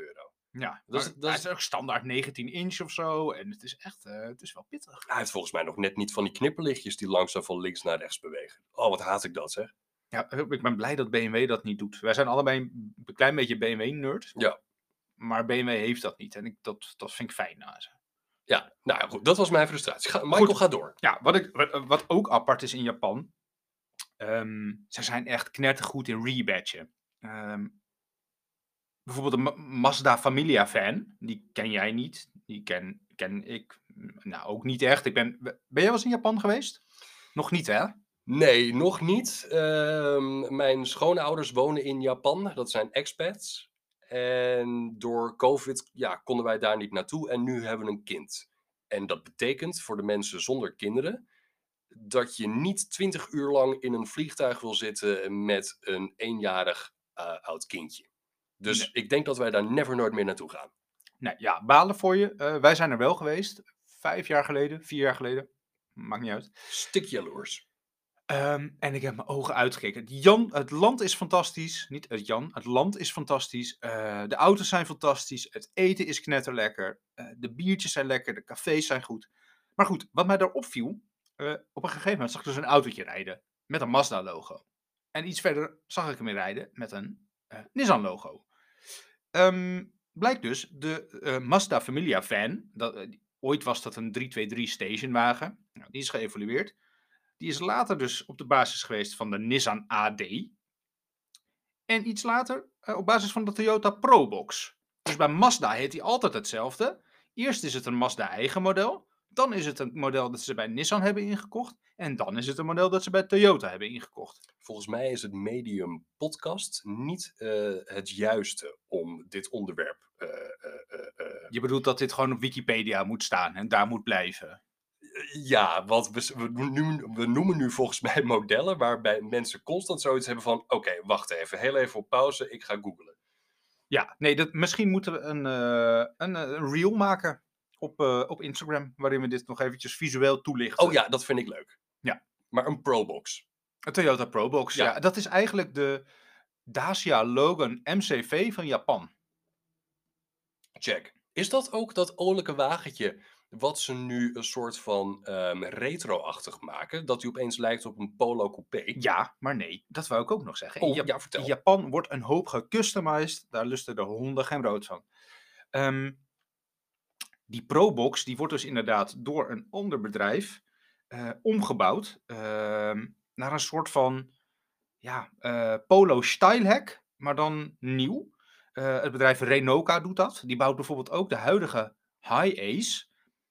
Speaker 2: Ja,
Speaker 1: Dat
Speaker 2: maar
Speaker 1: is, dat
Speaker 2: hij
Speaker 1: is,
Speaker 2: is ook standaard negentien inch of zo. En het is echt, eh, het is wel pittig.
Speaker 1: hij heeft volgens mij nog net niet van die knipperlichtjes die langzaam van links naar rechts bewegen. Oh, wat haat ik dat, zeg.
Speaker 2: Ja, ik ben blij dat B M W dat niet doet. Wij zijn allebei een een klein beetje B M W-nerd.
Speaker 1: Ja.
Speaker 2: Maar B M W heeft dat niet. En ik, dat, dat vind ik fijn aan ze.
Speaker 1: Ja, nou ja, goed. Dat was mijn frustratie. Ga, Michael,
Speaker 2: Goed.
Speaker 1: ga door.
Speaker 2: Ja, wat, ik, wat, wat ook apart is in Japan. ehm, ze zijn echt knettergoed in rebadgen. Ehm bijvoorbeeld een Ma- Mazda Familia fan. Die ken jij niet. Die ken, ken ik mm, nou ook niet echt. Ik ben, ben jij wel eens in Japan geweest? Nog niet, hè?
Speaker 1: Nee, nog niet. Ehm, mijn schoonouders wonen in Japan. Dat zijn expats. En door COVID ja, konden wij daar niet naartoe. En nu hebben we een kind. En dat betekent voor de mensen zonder kinderen dat je niet twintig uur lang in een vliegtuig wil zitten met een eenjarig eh, oud kindje. Dus
Speaker 2: Nee.
Speaker 1: ik denk dat wij daar never nooit meer naartoe gaan.
Speaker 2: Nee, ja, balen voor je. Eh, wij zijn er wel geweest. Vijf jaar geleden, vier jaar geleden. Maakt niet uit.
Speaker 1: Stik jaloers.
Speaker 2: Ehm, en ik heb mijn ogen uitgekeken. Het, Jan, het land is fantastisch. Niet het Jan, het land is fantastisch. Eh, de auto's zijn fantastisch. Het eten is knetterlekker. Eh, de biertjes zijn lekker. De cafés zijn goed. Maar goed, wat mij daar opviel. eh, op een gegeven moment zag ik dus een autootje rijden. Met een Mazda-logo. En iets verder zag ik hem weer rijden met een eh, Nissan-logo. Ehm, blijkt dus, de eh, Mazda Familia Van. Dat, eh, die- ooit was dat een driehonderddrieëntwintig stationwagen. Nou, die is geëvolueerd. Die is later dus op de basis geweest van de Nissan A D. En iets later eh, op basis van de Toyota Probox. Dus bij Mazda heet die altijd hetzelfde. Eerst is het een Mazda eigen model. Dan is het een model dat ze bij Nissan hebben ingekocht. En dan is het een model dat ze bij Toyota hebben ingekocht.
Speaker 1: Volgens mij is het medium podcast niet eh, het juiste om dit onderwerp. eh, eh, eh, eh,
Speaker 2: Je bedoelt dat dit gewoon op Wikipedia moet staan en daar moet blijven.
Speaker 1: Ja, want we, we, noemen, we noemen nu volgens mij modellen waarbij mensen constant zoiets hebben van: oké, wacht even, heel even op pauze, ik ga googlen.
Speaker 2: Ja, nee, dat, misschien moeten we een, eh, een, eh, een reel maken op, eh, op Instagram. Waarin we dit nog eventjes visueel toelichten.
Speaker 1: Oh ja, dat vind ik leuk.
Speaker 2: Ja.
Speaker 1: Maar een Probox.
Speaker 2: Een Toyota Probox, ja.
Speaker 1: Ja.
Speaker 2: Dat is eigenlijk de Dacia Logan M C V van Japan.
Speaker 1: Check. Is dat ook dat olijke wagentje wat ze nu een soort van ehm, retro-achtig maken? Dat die opeens lijkt op een Polo Coupé?
Speaker 2: Ja, maar nee, dat wou ik ook nog zeggen. In,
Speaker 1: Oh,
Speaker 2: Jap-
Speaker 1: ja, vertel.
Speaker 2: in Japan wordt een hoop gecustomized. Daar lusten de honden geen brood van. Ehm, die Probox, die wordt dus inderdaad door een ander bedrijf eh, omgebouwd. ehm, naar een soort van ja, eh, Polo Stylehack, maar dan nieuw. Eh, het bedrijf Renoca doet dat. Die bouwt bijvoorbeeld ook de huidige Hi-Ace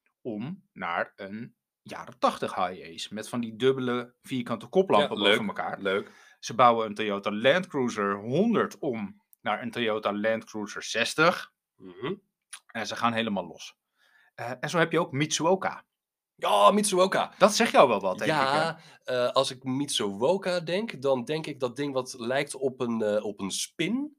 Speaker 2: om naar een jaren tachtig Hi-Ace. Met van die dubbele vierkante koplampen
Speaker 1: Ja,
Speaker 2: boven
Speaker 1: leuk,
Speaker 2: elkaar.
Speaker 1: leuk.
Speaker 2: Ze bouwen een Toyota Land Cruiser honderd om naar een Toyota Land Cruiser zestig.
Speaker 1: Mhm.
Speaker 2: En ze gaan helemaal los. Eh, en zo heb je ook Mitsuoka.
Speaker 1: Ja, Mitsuoka.
Speaker 2: Dat zeg jou wel wat, denk ik. Hè?
Speaker 1: Ja, eh, als ik Mitsuoka denk, dan denk ik dat ding wat lijkt op een, eh, op een spin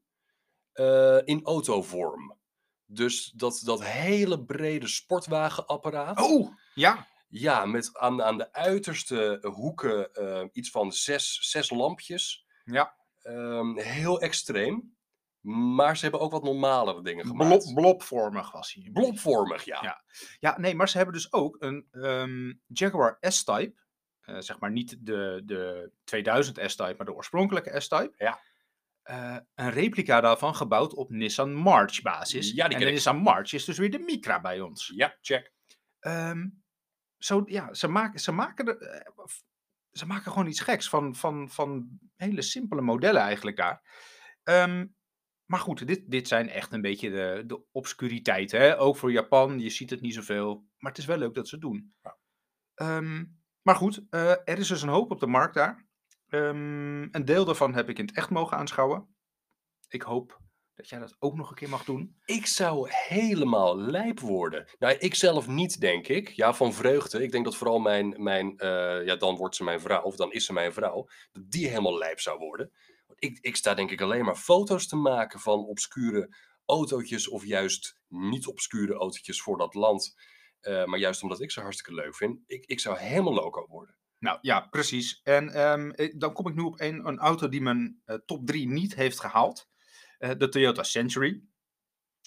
Speaker 1: eh, in autovorm. Dus dat, dat hele brede sportwagenapparaat.
Speaker 2: Oh, ja.
Speaker 1: Ja, met aan, aan de uiterste hoeken eh, iets van zes, zes lampjes.
Speaker 2: Ja.
Speaker 1: Ehm, heel extreem. Maar ze hebben ook wat normalere dingen gemaakt.
Speaker 2: Blob, blobvormig was hij.
Speaker 1: Blobvormig, ja.
Speaker 2: Ja. Ja, nee, maar ze hebben dus ook een ehm, Jaguar S-Type. Eh, zeg maar niet de, de tweeduizend S-Type, maar de oorspronkelijke S-Type.
Speaker 1: Ja.
Speaker 2: Eh, een replica daarvan gebouwd op Nissan March basis.
Speaker 1: Ja, die
Speaker 2: en
Speaker 1: ken
Speaker 2: de
Speaker 1: ik.
Speaker 2: Nissan March is dus weer de Micra bij ons.
Speaker 1: Ja, check.
Speaker 2: Ehm, zo, ja, ze maken, ze, maken er, eh, f- ze maken gewoon iets geks van, van, van hele simpele modellen eigenlijk daar. Ehm, maar goed, dit, dit zijn echt een beetje de, de obscuriteiten. Hè? Ook voor Japan, je ziet het niet zoveel. Maar het is wel leuk dat ze het doen.
Speaker 1: Ja.
Speaker 2: Ehm, maar goed, eh, er is dus een hoop op de markt daar. Ehm, een deel daarvan heb ik in het echt mogen aanschouwen. Ik hoop dat jij dat ook nog een keer mag doen.
Speaker 1: Ik zou helemaal lijp worden. Nou, ik zelf niet, denk ik. Ja, van vreugde. Ik denk dat vooral mijn, mijn eh, ja, dan wordt ze mijn vrouw, of dan is ze mijn vrouw, dat die helemaal lijp zou worden. Want ik, ik sta denk ik alleen maar foto's te maken van obscure autootjes, of juist niet obscure autootjes voor dat land. Eh, maar juist omdat ik ze hartstikke leuk vind. Ik, ik zou helemaal loco worden.
Speaker 2: Nou ja, precies. En ehm, ik- dan kom ik nu op een, een auto die mijn eh, top drie niet heeft gehaald. Eh, de Toyota Century.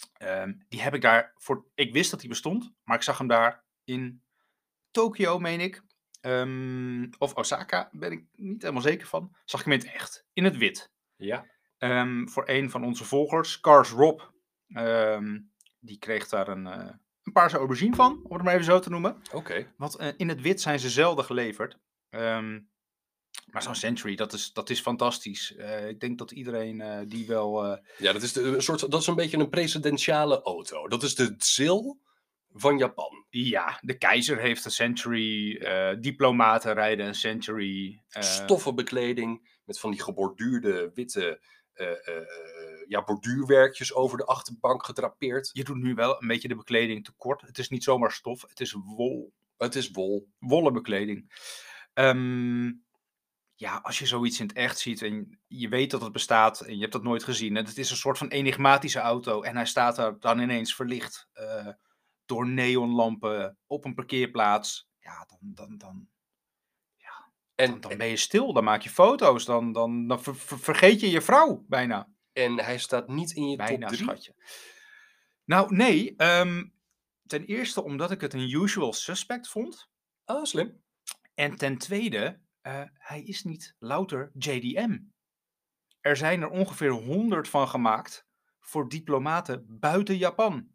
Speaker 2: Ehm, die heb ik daar voor... Ik wist dat die bestond, maar ik zag hem daar in Tokio, meen ik. Ehm, of Osaka, ben ik niet helemaal zeker van. Zag ik hem in het echt, in het wit.
Speaker 1: Ja.
Speaker 2: Ehm, voor een van onze volgers, Cars Rob, ehm, die kreeg daar een, uh, een paarse aubergine van, om het maar even zo te noemen.
Speaker 1: Oké. Okay.
Speaker 2: Want uh, in het wit zijn ze zelden geleverd. Um, maar zo'n Century, dat is, dat is fantastisch. Uh, ik denk dat iedereen uh, die wel... Uh...
Speaker 1: Ja, dat is, de, een soort, dat is een beetje een presidentiële auto. Dat is de zil van Japan.
Speaker 2: Ja, de keizer heeft een Century. Uh, diplomaten rijden een Century.
Speaker 1: Uh... Stoffen bekleding met van die geborduurde witte... Uh, uh, ja, borduurwerkjes over de achterbank gedrapeerd.
Speaker 2: Je doet nu wel een beetje de bekleding tekort. Het is niet zomaar stof, het is wol.
Speaker 1: Het is wol.
Speaker 2: Wollen bekleding. Um, ja, als je zoiets in het echt ziet en je weet dat het bestaat en je hebt dat nooit gezien. En het is een soort van enigmatische auto en hij staat daar dan ineens verlicht uh, door neonlampen op een parkeerplaats. Ja, dan... dan, dan ja, En, dan, dan ben je stil, dan maak je foto's, dan, dan, dan ver, ver, vergeet je je vrouw bijna.
Speaker 1: En hij staat niet in je
Speaker 2: bijna,
Speaker 1: top drie?
Speaker 2: Schatje. Nou, nee. Um, ten eerste omdat ik het een usual suspect vond.
Speaker 1: Oh, slim.
Speaker 2: En ten tweede, uh, hij is niet louter J D M. Er zijn er ongeveer honderd van gemaakt voor diplomaten buiten Japan.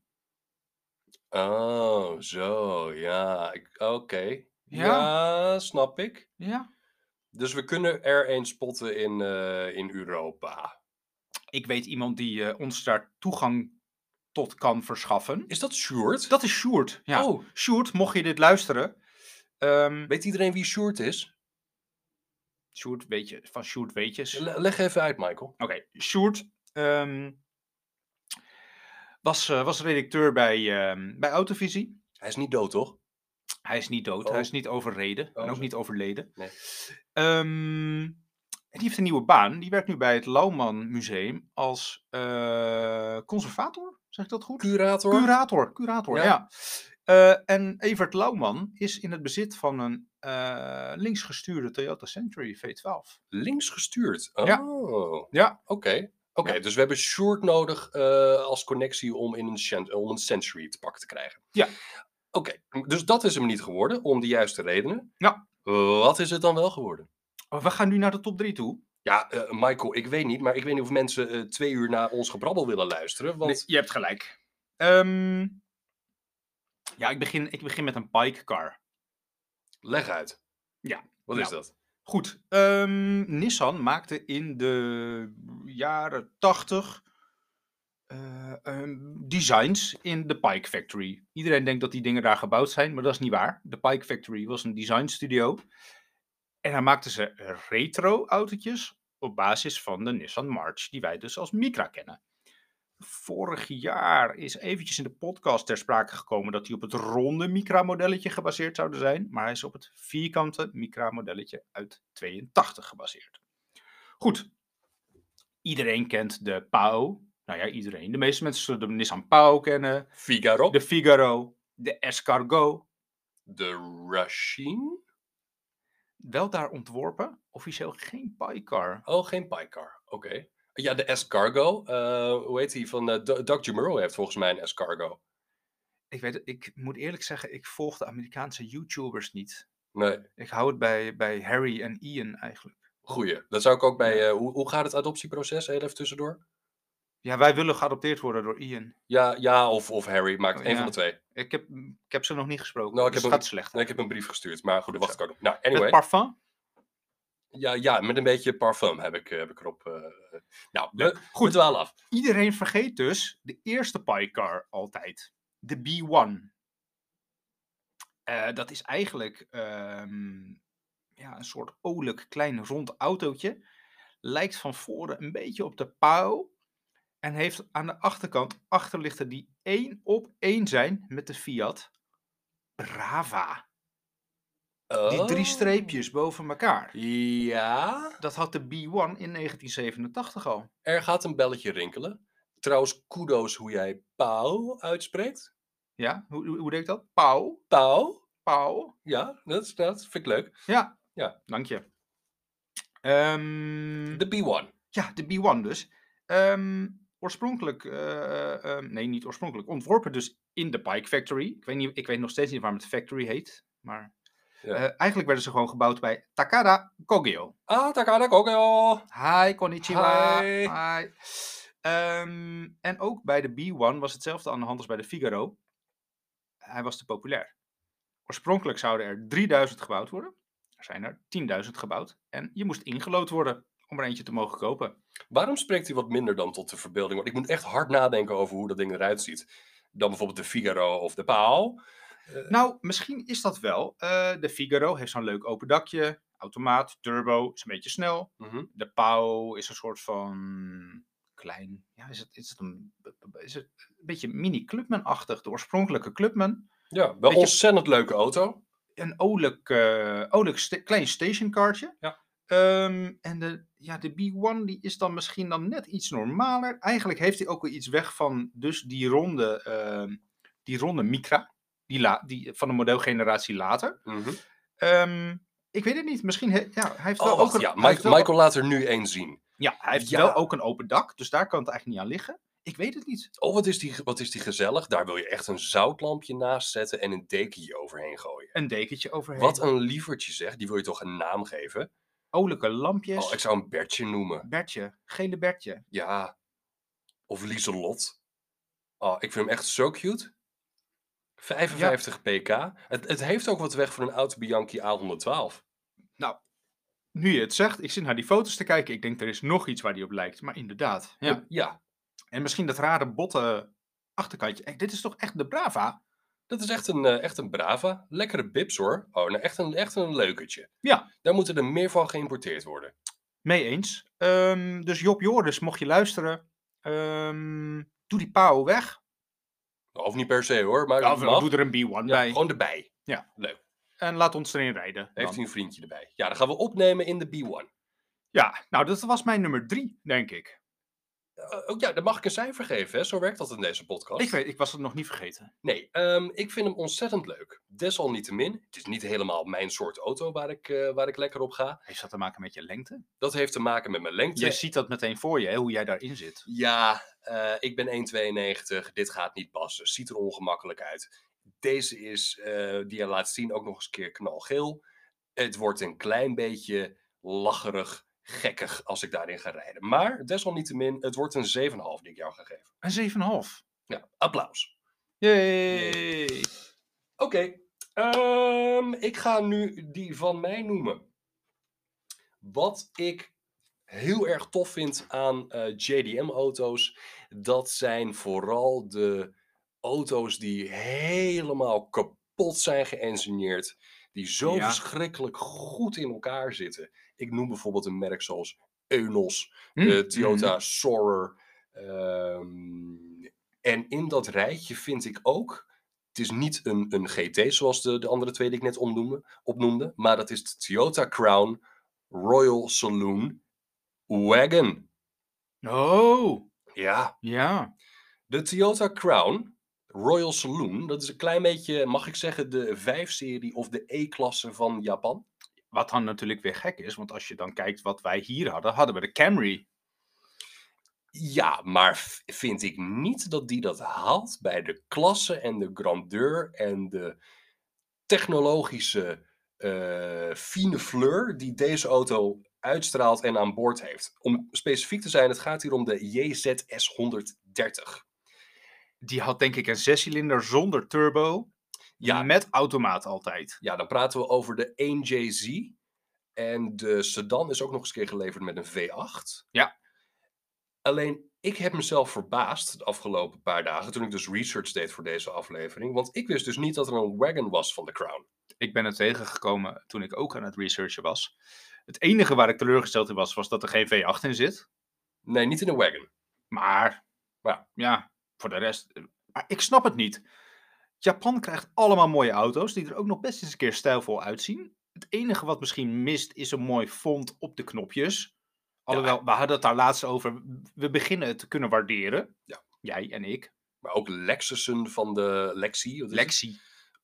Speaker 1: Oh, zo, ja. Oké. Okay. Ja. ja, snap ik.
Speaker 2: Ja.
Speaker 1: Dus we kunnen er een spotten in, uh, in Europa.
Speaker 2: Ik weet iemand die uh, ons daar toegang tot kan verschaffen.
Speaker 1: Is dat Sjoerd?
Speaker 2: Dat is Sjoerd, ja.
Speaker 1: Oh.
Speaker 2: Sjoerd, mocht je dit luisteren. Um,
Speaker 1: weet iedereen wie Sjoerd is?
Speaker 2: Sjoerd, weet je, van Sjoerd weetjes.
Speaker 1: Le- leg even uit, Michael.
Speaker 2: Oké, okay. Sjoerd um, was, uh, was redacteur bij, uh, bij Autovisie.
Speaker 1: Hij is niet dood, toch?
Speaker 2: Hij is niet dood, oh. Hij is niet overreden oh, en ook zo. niet overleden.
Speaker 1: Nee.
Speaker 2: Um, en die heeft een nieuwe baan. Die werkt nu bij het Lauwman Museum als uh, conservator, zeg ik dat goed?
Speaker 1: Curator.
Speaker 2: Curator, curator, ja. ja. Uh, en Evert Lauwman is in het bezit van een uh, linksgestuurde Toyota Century V twaalf.
Speaker 1: Linksgestuurd? Oh.
Speaker 2: Ja. Ja.
Speaker 1: Oké. Okay. Oké, okay, ja. Dus we hebben Sjoerd nodig uh, als connectie om, in een, om een Century te pakken te krijgen.
Speaker 2: Ja.
Speaker 1: Oké, okay. Dus dat is hem niet geworden, om de juiste redenen.
Speaker 2: Ja.
Speaker 1: Wat is het dan wel geworden?
Speaker 2: Oh, we gaan nu naar de top drie toe.
Speaker 1: Ja, uh, Michael, ik weet niet, maar ik weet niet of mensen uh, twee uur naar ons gebrabbel willen luisteren. Want...
Speaker 2: Nee, je hebt gelijk. Um, ja, ik begin, ik begin met een Pike car.
Speaker 1: Leg uit.
Speaker 2: Ja.
Speaker 1: Wat
Speaker 2: nou,
Speaker 1: is dat?
Speaker 2: Goed. Um, Nissan maakte in de jaren tachtig uh, um, designs in de Pike Factory. Iedereen denkt dat die dingen daar gebouwd zijn, maar dat is niet waar. De Pike Factory was een design studio. En daar maakten ze retro autootjes op basis van de Nissan March, die wij dus als Micra kennen. Vorig jaar is eventjes in de podcast ter sprake gekomen dat hij op het ronde Micra-modelletje gebaseerd zouden zijn. Maar hij is op het vierkante Micra-modelletje uit tweeëntachtig gebaseerd. Goed. Iedereen kent de Pao. Nou ja, iedereen. De meeste mensen zullen de Nissan Pao kennen.
Speaker 1: Figaro.
Speaker 2: De Figaro. De Escargot.
Speaker 1: De Racine.
Speaker 2: Wel daar ontworpen. Officieel geen Pie-car.
Speaker 1: Oh, geen Pie-car. Oké. Okay. Ja, de Escargot. Uh, hoe heet die? Van uh, Doug Jamuro heeft volgens mij een Escargot.
Speaker 2: Ik weet het, ik moet eerlijk zeggen, ik volg de Amerikaanse YouTubers niet.
Speaker 1: Nee.
Speaker 2: Ik hou het bij, bij Harry en Ian eigenlijk.
Speaker 1: Goeie. Dat zou ik ook bij... Uh, hoe, hoe gaat het adoptieproces? Heel even tussendoor.
Speaker 2: Ja, wij willen geadopteerd worden door Ian.
Speaker 1: Ja, ja of, of Harry. Maakt
Speaker 2: oh,
Speaker 1: één
Speaker 2: ja.
Speaker 1: van de twee.
Speaker 2: Ik heb, ik heb ze nog niet gesproken.
Speaker 1: Nou, ik
Speaker 2: dus
Speaker 1: heb
Speaker 2: het
Speaker 1: een,
Speaker 2: gaat slecht.
Speaker 1: Nee, ik heb een brief gestuurd. Maar goed, dat wacht ik ook nog. Nou, anyway.
Speaker 2: Met parfum?
Speaker 1: Ja, ja, met een beetje parfum heb ik, heb ik erop. Uh, nou,
Speaker 2: ja.
Speaker 1: we, goed, wel af.
Speaker 2: Iedereen vergeet dus de eerste Pie-car altijd. De B één. Uh, dat is eigenlijk um, ja, een soort olijk klein rond autootje. Lijkt van voren een beetje op de Pao. En heeft aan de achterkant achterlichten die één op één zijn met de Fiat Brava.
Speaker 1: Oh.
Speaker 2: Die drie streepjes boven elkaar.
Speaker 1: Ja.
Speaker 2: Dat had de B één in negentien zevenentachtig al.
Speaker 1: Er gaat een belletje rinkelen. Trouwens, kudos hoe jij Pau uitspreekt.
Speaker 2: Ja, hoe, hoe, hoe deed ik dat? Pau.
Speaker 1: Pau.
Speaker 2: Pau.
Speaker 1: Ja, dat, dat vind ik leuk.
Speaker 2: Ja,
Speaker 1: ja.
Speaker 2: Dank je. Um,
Speaker 1: de B één.
Speaker 2: Ja, de B één dus. Um, oorspronkelijk, uh, uh, nee niet oorspronkelijk, ontworpen dus in de Bike Factory. Ik weet, niet, ik weet nog steeds niet waarom het Factory heet, maar
Speaker 1: Ja.
Speaker 2: uh, eigenlijk werden ze gewoon gebouwd bij Takada Kogyo.
Speaker 1: Ah, Takada Kogyo!
Speaker 2: Hi, konnichiwa.
Speaker 1: Hi.
Speaker 2: Hi. Um, en ook bij de B één was hetzelfde aan de hand als bij de Figaro. Hij was te populair. Oorspronkelijk zouden er drieduizend gebouwd worden. Er zijn er tienduizend gebouwd. En je moest ingelood worden om er eentje te mogen kopen.
Speaker 1: Waarom spreekt u wat minder dan tot de verbeelding? Want ik moet echt hard nadenken over hoe dat ding eruit ziet. Dan bijvoorbeeld de Figaro of de Paal.
Speaker 2: Uh, nou, misschien is dat wel. Uh, de Figaro heeft zo'n leuk open dakje. Automaat, turbo, is een beetje snel.
Speaker 1: Mm-hmm.
Speaker 2: De Pau is een soort van klein... Ja, is het, is het, een, is het een beetje mini-Clubman-achtig. De oorspronkelijke Clubman.
Speaker 1: Ja, wel
Speaker 2: beetje,
Speaker 1: ontzettend leuke auto.
Speaker 2: Een olijk, uh, olijk st- klein stationcartje.
Speaker 1: Ja.
Speaker 2: Um, en de, ja, de B één die is dan misschien dan net iets normaler. Eigenlijk heeft hij ook wel iets weg van dus die ronde, uh, die ronde Micra. Die, la, die van de modelgeneratie later.
Speaker 1: Mm-hmm.
Speaker 2: Um, ik weet het niet. Misschien he, ja, hij heeft
Speaker 1: oh,
Speaker 2: wel
Speaker 1: wacht,
Speaker 2: ook een...
Speaker 1: Ja. Mike,
Speaker 2: wel,
Speaker 1: Michael laat er nu één zien.
Speaker 2: Ja, hij heeft
Speaker 1: ja.
Speaker 2: wel ook een open dak. Dus daar kan het eigenlijk niet aan liggen. Ik weet het niet.
Speaker 1: Oh, wat is, die, wat is die gezellig. Daar wil je echt een zoutlampje naast zetten en een dekentje overheen gooien.
Speaker 2: Een dekentje overheen.
Speaker 1: Wat een lievertje zeg. Die wil je toch een naam geven?
Speaker 2: Olijke lampjes.
Speaker 1: Oh, ik zou een Bertje noemen.
Speaker 2: Bertje. Gele Bertje.
Speaker 1: Ja. Of Lieselot. Oh, ik vind hem echt zo cute. vijfenvijftig ja. pk. Het, het heeft ook wat weg van een oude Bianchi A honderdtwaalf.
Speaker 2: Nou, nu je het zegt, ik zit naar die foto's te kijken. Ik denk, er is nog iets waar die op lijkt. Maar inderdaad. Ja.
Speaker 1: ja.
Speaker 2: En misschien dat rare botte achterkantje. Hey, dit is toch echt de Brava?
Speaker 1: Dat is echt een, uh, echt een Brava. Lekkere bips hoor. Oh, nou echt een, echt een leuketje.
Speaker 2: Ja.
Speaker 1: Daar moeten er meer van geïmporteerd worden.
Speaker 2: Mee eens. Um, dus Job Joris, mocht je luisteren. Um, doe die Pau weg.
Speaker 1: Of niet per se hoor. Maar
Speaker 2: ja, of doe er een B één
Speaker 1: ja,
Speaker 2: bij.
Speaker 1: Gewoon erbij.
Speaker 2: Ja.
Speaker 1: Leuk.
Speaker 2: En laat ons erin rijden.
Speaker 1: Heeft u een vriendje erbij. Ja, dan gaan we opnemen in de B één.
Speaker 2: Ja, nou dat was mijn nummer drie, denk ik.
Speaker 1: Uh, ook ja, dan mag ik een cijfer geven, hè? Zo werkt dat in deze podcast.
Speaker 2: Ik weet, ik was het nog niet vergeten.
Speaker 1: Nee, um, ik vind hem ontzettend leuk. Desalniettemin, het is niet helemaal mijn soort auto waar ik, uh, waar ik lekker op ga.
Speaker 2: Heeft dat te maken met je lengte?
Speaker 1: Dat heeft te maken met mijn lengte.
Speaker 2: Je ziet dat meteen voor je, hè, hoe jij daarin zit.
Speaker 1: Ja, uh, ik ben één komma tweeënnegentig, dit gaat niet passen, ziet er ongemakkelijk uit. Deze is, uh, die je laat zien, ook nog eens een keer knalgeel. Het wordt een klein beetje lacherig. Gekkig als ik daarin ga rijden. Maar desalniettemin, het wordt een zeven komma vijf die ik jou ga geven.
Speaker 2: Een zeven komma vijf?
Speaker 1: Ja, applaus.
Speaker 2: Yay!
Speaker 1: Oké, okay. um, ik ga nu die van mij noemen. Wat ik heel erg tof vind aan uh, J D M-auto's, dat zijn vooral de auto's die helemaal kapot zijn geëngineerd. Die zo ja. verschrikkelijk goed in elkaar zitten. Ik noem bijvoorbeeld een merk zoals Eunos, mm. de Toyota mm. Soarer. Um, en in dat rijtje vind ik ook, het is niet een, een G T zoals de, de andere twee die ik net opnoemde, opnoemde, maar dat is de Toyota Crown Royal Saloon Wagon.
Speaker 2: Oh!
Speaker 1: Ja.
Speaker 2: Ja.
Speaker 1: De Toyota Crown Royal Saloon, dat is een klein beetje, mag ik zeggen, de vijf-serie of de E-klasse van Japan.
Speaker 2: Wat dan natuurlijk weer gek is, want als je dan kijkt wat wij hier hadden, hadden we de Camry.
Speaker 1: Ja, maar vind ik niet dat die dat haalt bij de klasse en de grandeur en de technologische uh, fine fleur die deze auto uitstraalt en aan boord heeft. Om specifiek te zijn, het gaat hier om de J Z S honderddertig.
Speaker 2: Die had denk ik een zescilinder zonder turbo. Ja. Met automaat altijd.
Speaker 1: Ja, dan praten we over de één J Z. En de sedan is ook nog eens een keer geleverd met een V acht.
Speaker 2: Ja.
Speaker 1: Alleen, ik heb mezelf verbaasd de afgelopen paar dagen toen ik dus research deed voor deze aflevering. Want ik wist dus niet dat er een wagon was van de Crown.
Speaker 2: Ik ben er tegengekomen toen ik ook aan het researchen was. Het enige waar ik teleurgesteld in was, was dat er geen V acht in zit.
Speaker 1: Nee, niet in een wagon.
Speaker 2: Maar, ja, ja voor de rest... Maar ik snap het niet. Japan krijgt allemaal mooie auto's die er ook nog best eens een keer stijlvol uitzien. Het enige wat misschien mist is een mooi font op de knopjes. Alhoewel, ja. we hadden het daar laatst over. We beginnen het te kunnen waarderen.
Speaker 1: Ja.
Speaker 2: Jij en ik.
Speaker 1: Maar ook Lexussen van de Lexi.
Speaker 2: Lexi.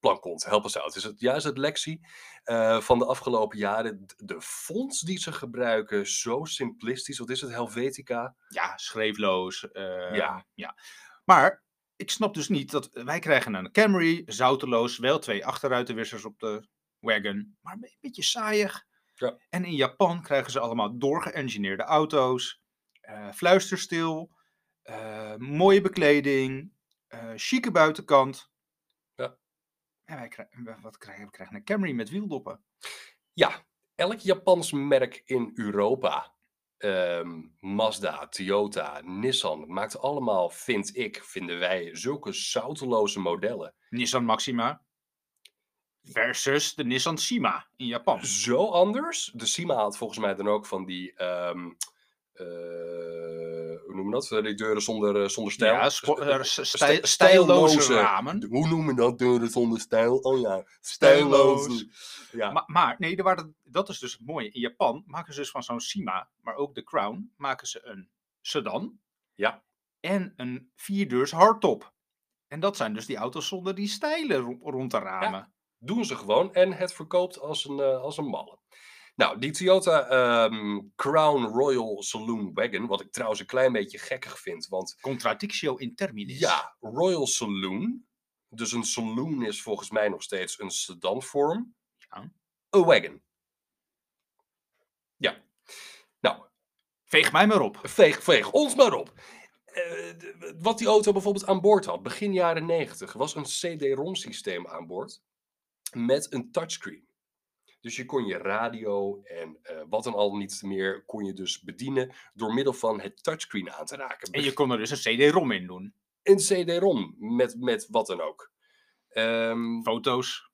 Speaker 1: Plankont, help ons uit. Is het juist het Lexi uh, van de afgelopen jaren? De fonts die ze gebruiken, zo simplistisch. Wat is het, Helvetica?
Speaker 2: Ja, schreefloos. Uh,
Speaker 1: ja.
Speaker 2: ja. Maar ik snap dus niet dat wij krijgen een Camry, zouteloos, wel twee achteruitenwissers op de wagon, maar een beetje saaiig.
Speaker 1: Ja.
Speaker 2: En in Japan krijgen ze allemaal doorgeëngineerde auto's, uh, fluisterstil, uh, mooie bekleding, uh, chique buitenkant.
Speaker 1: Ja.
Speaker 2: En wij krijgen, wat krijgen we? krijgen een Camry met wieldoppen.
Speaker 1: Ja, elk Japans merk in Europa, um, Mazda, Toyota, Nissan, maakt allemaal, vind ik, vinden wij, zulke zouteloze modellen.
Speaker 2: Nissan Maxima versus de Nissan Sima in Japan.
Speaker 1: Zo anders. De Sima had volgens mij dan ook van die, um, uh, hoe noemen we dat? Die deuren zonder, zonder stijl.
Speaker 2: Ja, spo- uh, stij- stijlloze ramen.
Speaker 1: Hoe noemen we dat? Deuren zonder stijl? Oh ja, stijlloze.
Speaker 2: Ja. Maar, maar nee, dat, dat is dus het mooie. In Japan maken ze dus van zo'n Sima, maar ook de Crown, maken ze een sedan.
Speaker 1: Ja.
Speaker 2: En een vierdeurs hardtop. En dat zijn dus die auto's zonder die stijlen ro- rond de ramen.
Speaker 1: Ja, doen ze gewoon en het verkoopt als een, uh, als een malle. Nou, die Toyota um, Crown Royal Saloon Wagon, wat ik trouwens een klein beetje gekkig vind, want...
Speaker 2: Contradictio in terminis.
Speaker 1: Ja, Royal Saloon. Dus een saloon is volgens mij nog steeds een sedanvorm.
Speaker 2: Ja.
Speaker 1: Een wagon. Ja. Nou.
Speaker 2: Veeg mij maar op.
Speaker 1: Veeg, veeg ons maar op. Uh, wat die auto bijvoorbeeld aan boord had, begin jaren negentig, was een C D-ROM systeem aan boord. Met een touchscreen. Dus je kon je radio en uh, wat dan al niet meer, kon je dus bedienen door middel van het touchscreen aan te raken.
Speaker 2: En je kon er dus een C D-ROM in doen.
Speaker 1: Een C D-ROM, met, met wat dan ook. Um,
Speaker 2: Foto's.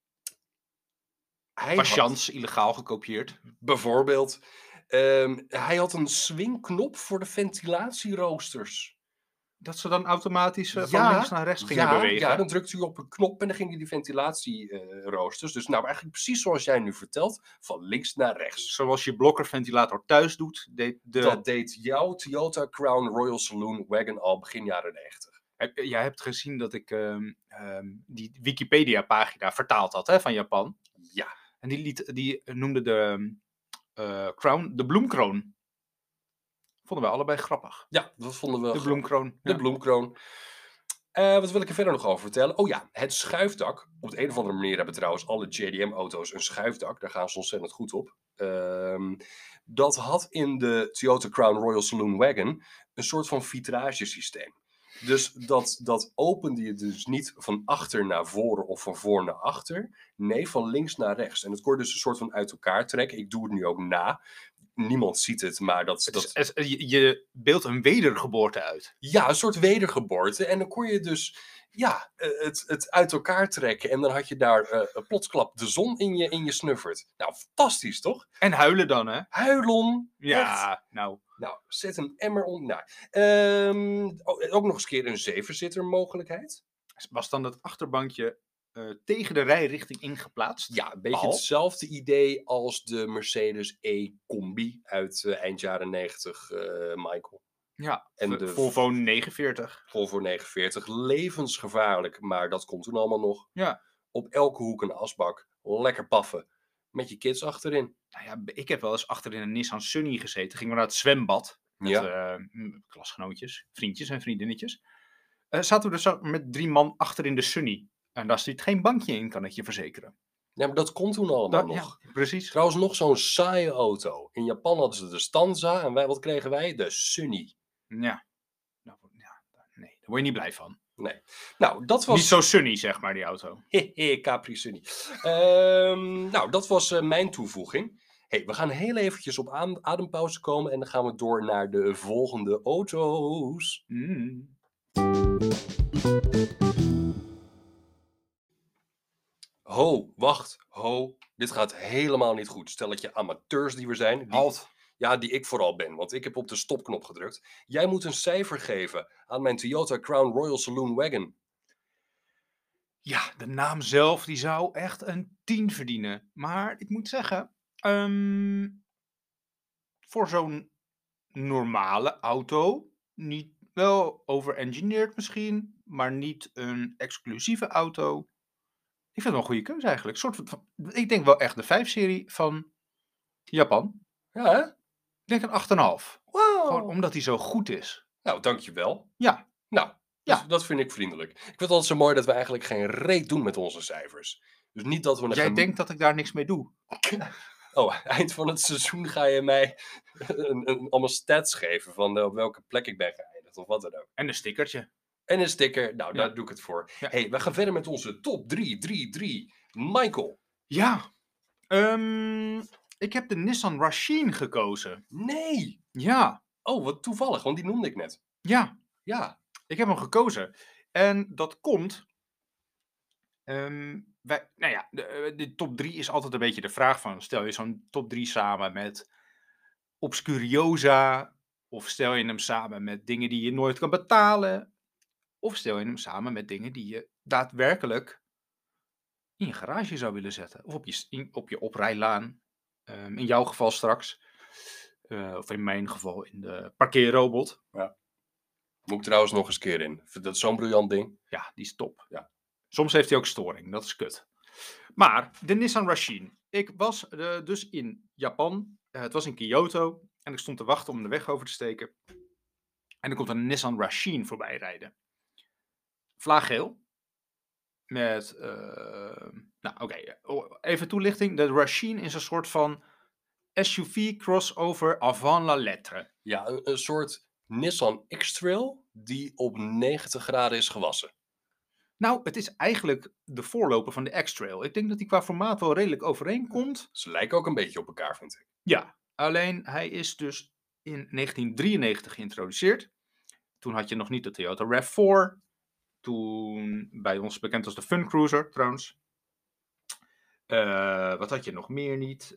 Speaker 2: Patiënts, illegaal gekopieerd.
Speaker 1: Bijvoorbeeld. Um, hij had een swingknop voor de ventilatieroosters.
Speaker 2: Dat ze dan automatisch uh, van
Speaker 1: ja,
Speaker 2: links naar rechts gingen
Speaker 1: ja,
Speaker 2: bewegen.
Speaker 1: Ja, dan drukte u op een knop en dan gingen die ventilatieroosters. Uh, dus nou eigenlijk precies zoals jij nu vertelt, van links naar rechts.
Speaker 2: Zoals je blokkerventilator thuis doet. Deed de...
Speaker 1: Dat deed jouw Toyota Crown Royal Saloon Wagon al begin jaren negentig.
Speaker 2: Jij hebt gezien dat ik um, um, die Wikipedia-pagina vertaald had, hè, van Japan.
Speaker 1: Ja.
Speaker 2: En die, liet, die noemde de uh, Crown de bloemkroon. Vonden wij allebei grappig.
Speaker 1: Ja, dat vonden we
Speaker 2: De bloemkroon.
Speaker 1: De
Speaker 2: ja.
Speaker 1: bloemkroon. Uh, wat wil ik er verder nog over vertellen? Oh ja, het schuifdak. Op de een of andere manier hebben trouwens alle J D M-auto's een schuifdak. Daar gaan ze ontzettend goed op. Uh, dat had in de Toyota Crown Royal Saloon Wagon een soort van vitragesysteem. Dus dat, dat opende je dus niet van achter naar voren of van voor naar achter. Nee, van links naar rechts. En dat kon je dus een soort van uit elkaar trekken. Ik doe het nu ook na. Niemand ziet het, maar dat...
Speaker 2: Het
Speaker 1: dat...
Speaker 2: is, het, je, je beeldt een wedergeboorte uit.
Speaker 1: Ja, een soort wedergeboorte. En dan kon je dus ja, het, het uit elkaar trekken. En dan had je daar uh, plotsklap de zon in je, in je snuffert. Nou, fantastisch, toch?
Speaker 2: En huilen dan, hè?
Speaker 1: Huilon.
Speaker 2: Ja,
Speaker 1: echt.
Speaker 2: nou...
Speaker 1: Nou, zet een emmer om. Nou, um, ook nog eens een keer een zevenzitter mogelijkheid.
Speaker 2: Was dan dat achterbankje uh, tegen de rijrichting ingeplaatst?
Speaker 1: Ja, een beetje
Speaker 2: Al?
Speaker 1: hetzelfde idee als de Mercedes E-Combi uit uh, eind jaren negentig, uh, Michael.
Speaker 2: Ja,
Speaker 1: en
Speaker 2: de
Speaker 1: de
Speaker 2: Volvo negenenveertig.
Speaker 1: Volvo negenenveertig, levensgevaarlijk, maar dat komt toen allemaal nog.
Speaker 2: Ja.
Speaker 1: Op elke hoek een asbak, lekker paffen, met je kids achterin.
Speaker 2: Nou ja, ik heb wel eens achterin een Nissan Sunny gezeten. Gingen we naar het zwembad. Met
Speaker 1: ja.
Speaker 2: uh, klasgenootjes, vriendjes en vriendinnetjes. Uh, zaten we dus met drie man achter in de Sunny. En daar zit geen bankje in, kan ik je verzekeren.
Speaker 1: Ja, maar dat kon toen allemaal
Speaker 2: dat,
Speaker 1: nog.
Speaker 2: Ja, precies.
Speaker 1: Trouwens, nog zo'n saaie auto. In Japan hadden ze de Stanza en wij, wat kregen wij? De Sunny.
Speaker 2: Ja. Nou, ja. Nee, daar word je niet blij van.
Speaker 1: Nee. Nou, dat was...
Speaker 2: Niet zo sunny, zeg maar, die auto.
Speaker 1: Hehe, Capri Sunny. um, nou, dat was uh, mijn toevoeging. Hey, we gaan heel eventjes op adempauze komen en dan gaan we door naar de volgende auto's.
Speaker 2: Mm.
Speaker 1: Ho, wacht, ho. Dit gaat helemaal niet goed. Stelletje amateurs die we zijn. Die,
Speaker 2: Halt.
Speaker 1: Ja, die ik vooral ben, want ik heb op de stopknop gedrukt. Jij moet een cijfer geven aan mijn Toyota Crown Royal Saloon Wagon.
Speaker 2: Ja, de naam zelf die zou echt een tien verdienen. Maar ik moet zeggen, um, voor zo'n normale auto, niet wel overengineerd misschien, maar niet een exclusieve auto, Ik vind het wel een goede keuze eigenlijk. Soort van, ik denk wel echt de vijf-serie van Japan.
Speaker 1: Ja, hè?
Speaker 2: Ik denk een acht komma vijf. Gewoon
Speaker 1: Wow!
Speaker 2: omdat hij zo goed is.
Speaker 1: Nou, dankjewel.
Speaker 2: Ja,
Speaker 1: Nou,
Speaker 2: Ja.
Speaker 1: dat, dat vind ik vriendelijk. Ik vind het altijd zo mooi dat we eigenlijk geen reet doen met onze cijfers. Dus niet dat we een
Speaker 2: jij
Speaker 1: gem-
Speaker 2: denkt dat ik daar niks mee doe.
Speaker 1: Oh, eind van het seizoen ga je mij een, een, allemaal stats geven van eh, op welke plek ik ben geëindigd of wat dan ook.
Speaker 2: En een stickertje.
Speaker 1: En een sticker, nou,
Speaker 2: Ja.
Speaker 1: daar doe ik het voor.
Speaker 2: Ja.
Speaker 1: hey, we gaan verder met onze top drie, drie, drie. Michael.
Speaker 2: Ja. Ehm, ik heb de Nissan Rasheen gekozen.
Speaker 1: Nee!
Speaker 2: Ja.
Speaker 1: Oh, wat toevallig, want die noemde ik net.
Speaker 2: Ja.
Speaker 1: Ja.
Speaker 2: Ik heb hem gekozen. En dat komt... ehm, wij, nou ja, de, eh, de top drie is altijd een beetje de vraag van... Stel je zo'n top drie samen met Obscuriosa... Of stel je hem samen met dingen die je nooit kan betalen... Of stel je hem samen met dingen die je daadwerkelijk in je garage zou willen zetten. Of op je, in- op je oprijlaan. Ehm, in jouw geval straks. Eh, of in mijn geval in de parkeerrobot.
Speaker 1: Moet ik trouwens nog eens een keer in. Ik vind dat zo'n briljant ding.
Speaker 2: Ja, die is top.
Speaker 1: Ja.
Speaker 2: Soms heeft hij ook storing, dat is kut. Maar de Nissan Rasheen. Ik was eh, dus in Japan. Eh, het was in Kyoto. En ik stond te wachten om de weg over te steken. En er komt een Nissan Rasheen voorbij rijden. Vlaaggeel. Met, eh, nou oké, oh, even toelichting. De Rasheen is een soort van S U V crossover avant la lettre.
Speaker 1: Ja, een, een soort Nissan X-Trail die op negentig graden is gewassen.
Speaker 2: Nou, het is eigenlijk de voorloper van de X-Trail. Ik denk dat die qua formaat wel redelijk overeenkomt.
Speaker 1: Ze lijken ook een beetje op elkaar, vind ik.
Speaker 2: Ja, alleen hij is dus in negentien drieënnegentig geïntroduceerd. Toen had je nog niet de Toyota RAV vier. Toen bij ons bekend als de Fun Cruiser trouwens. Eh, wat had je nog meer niet?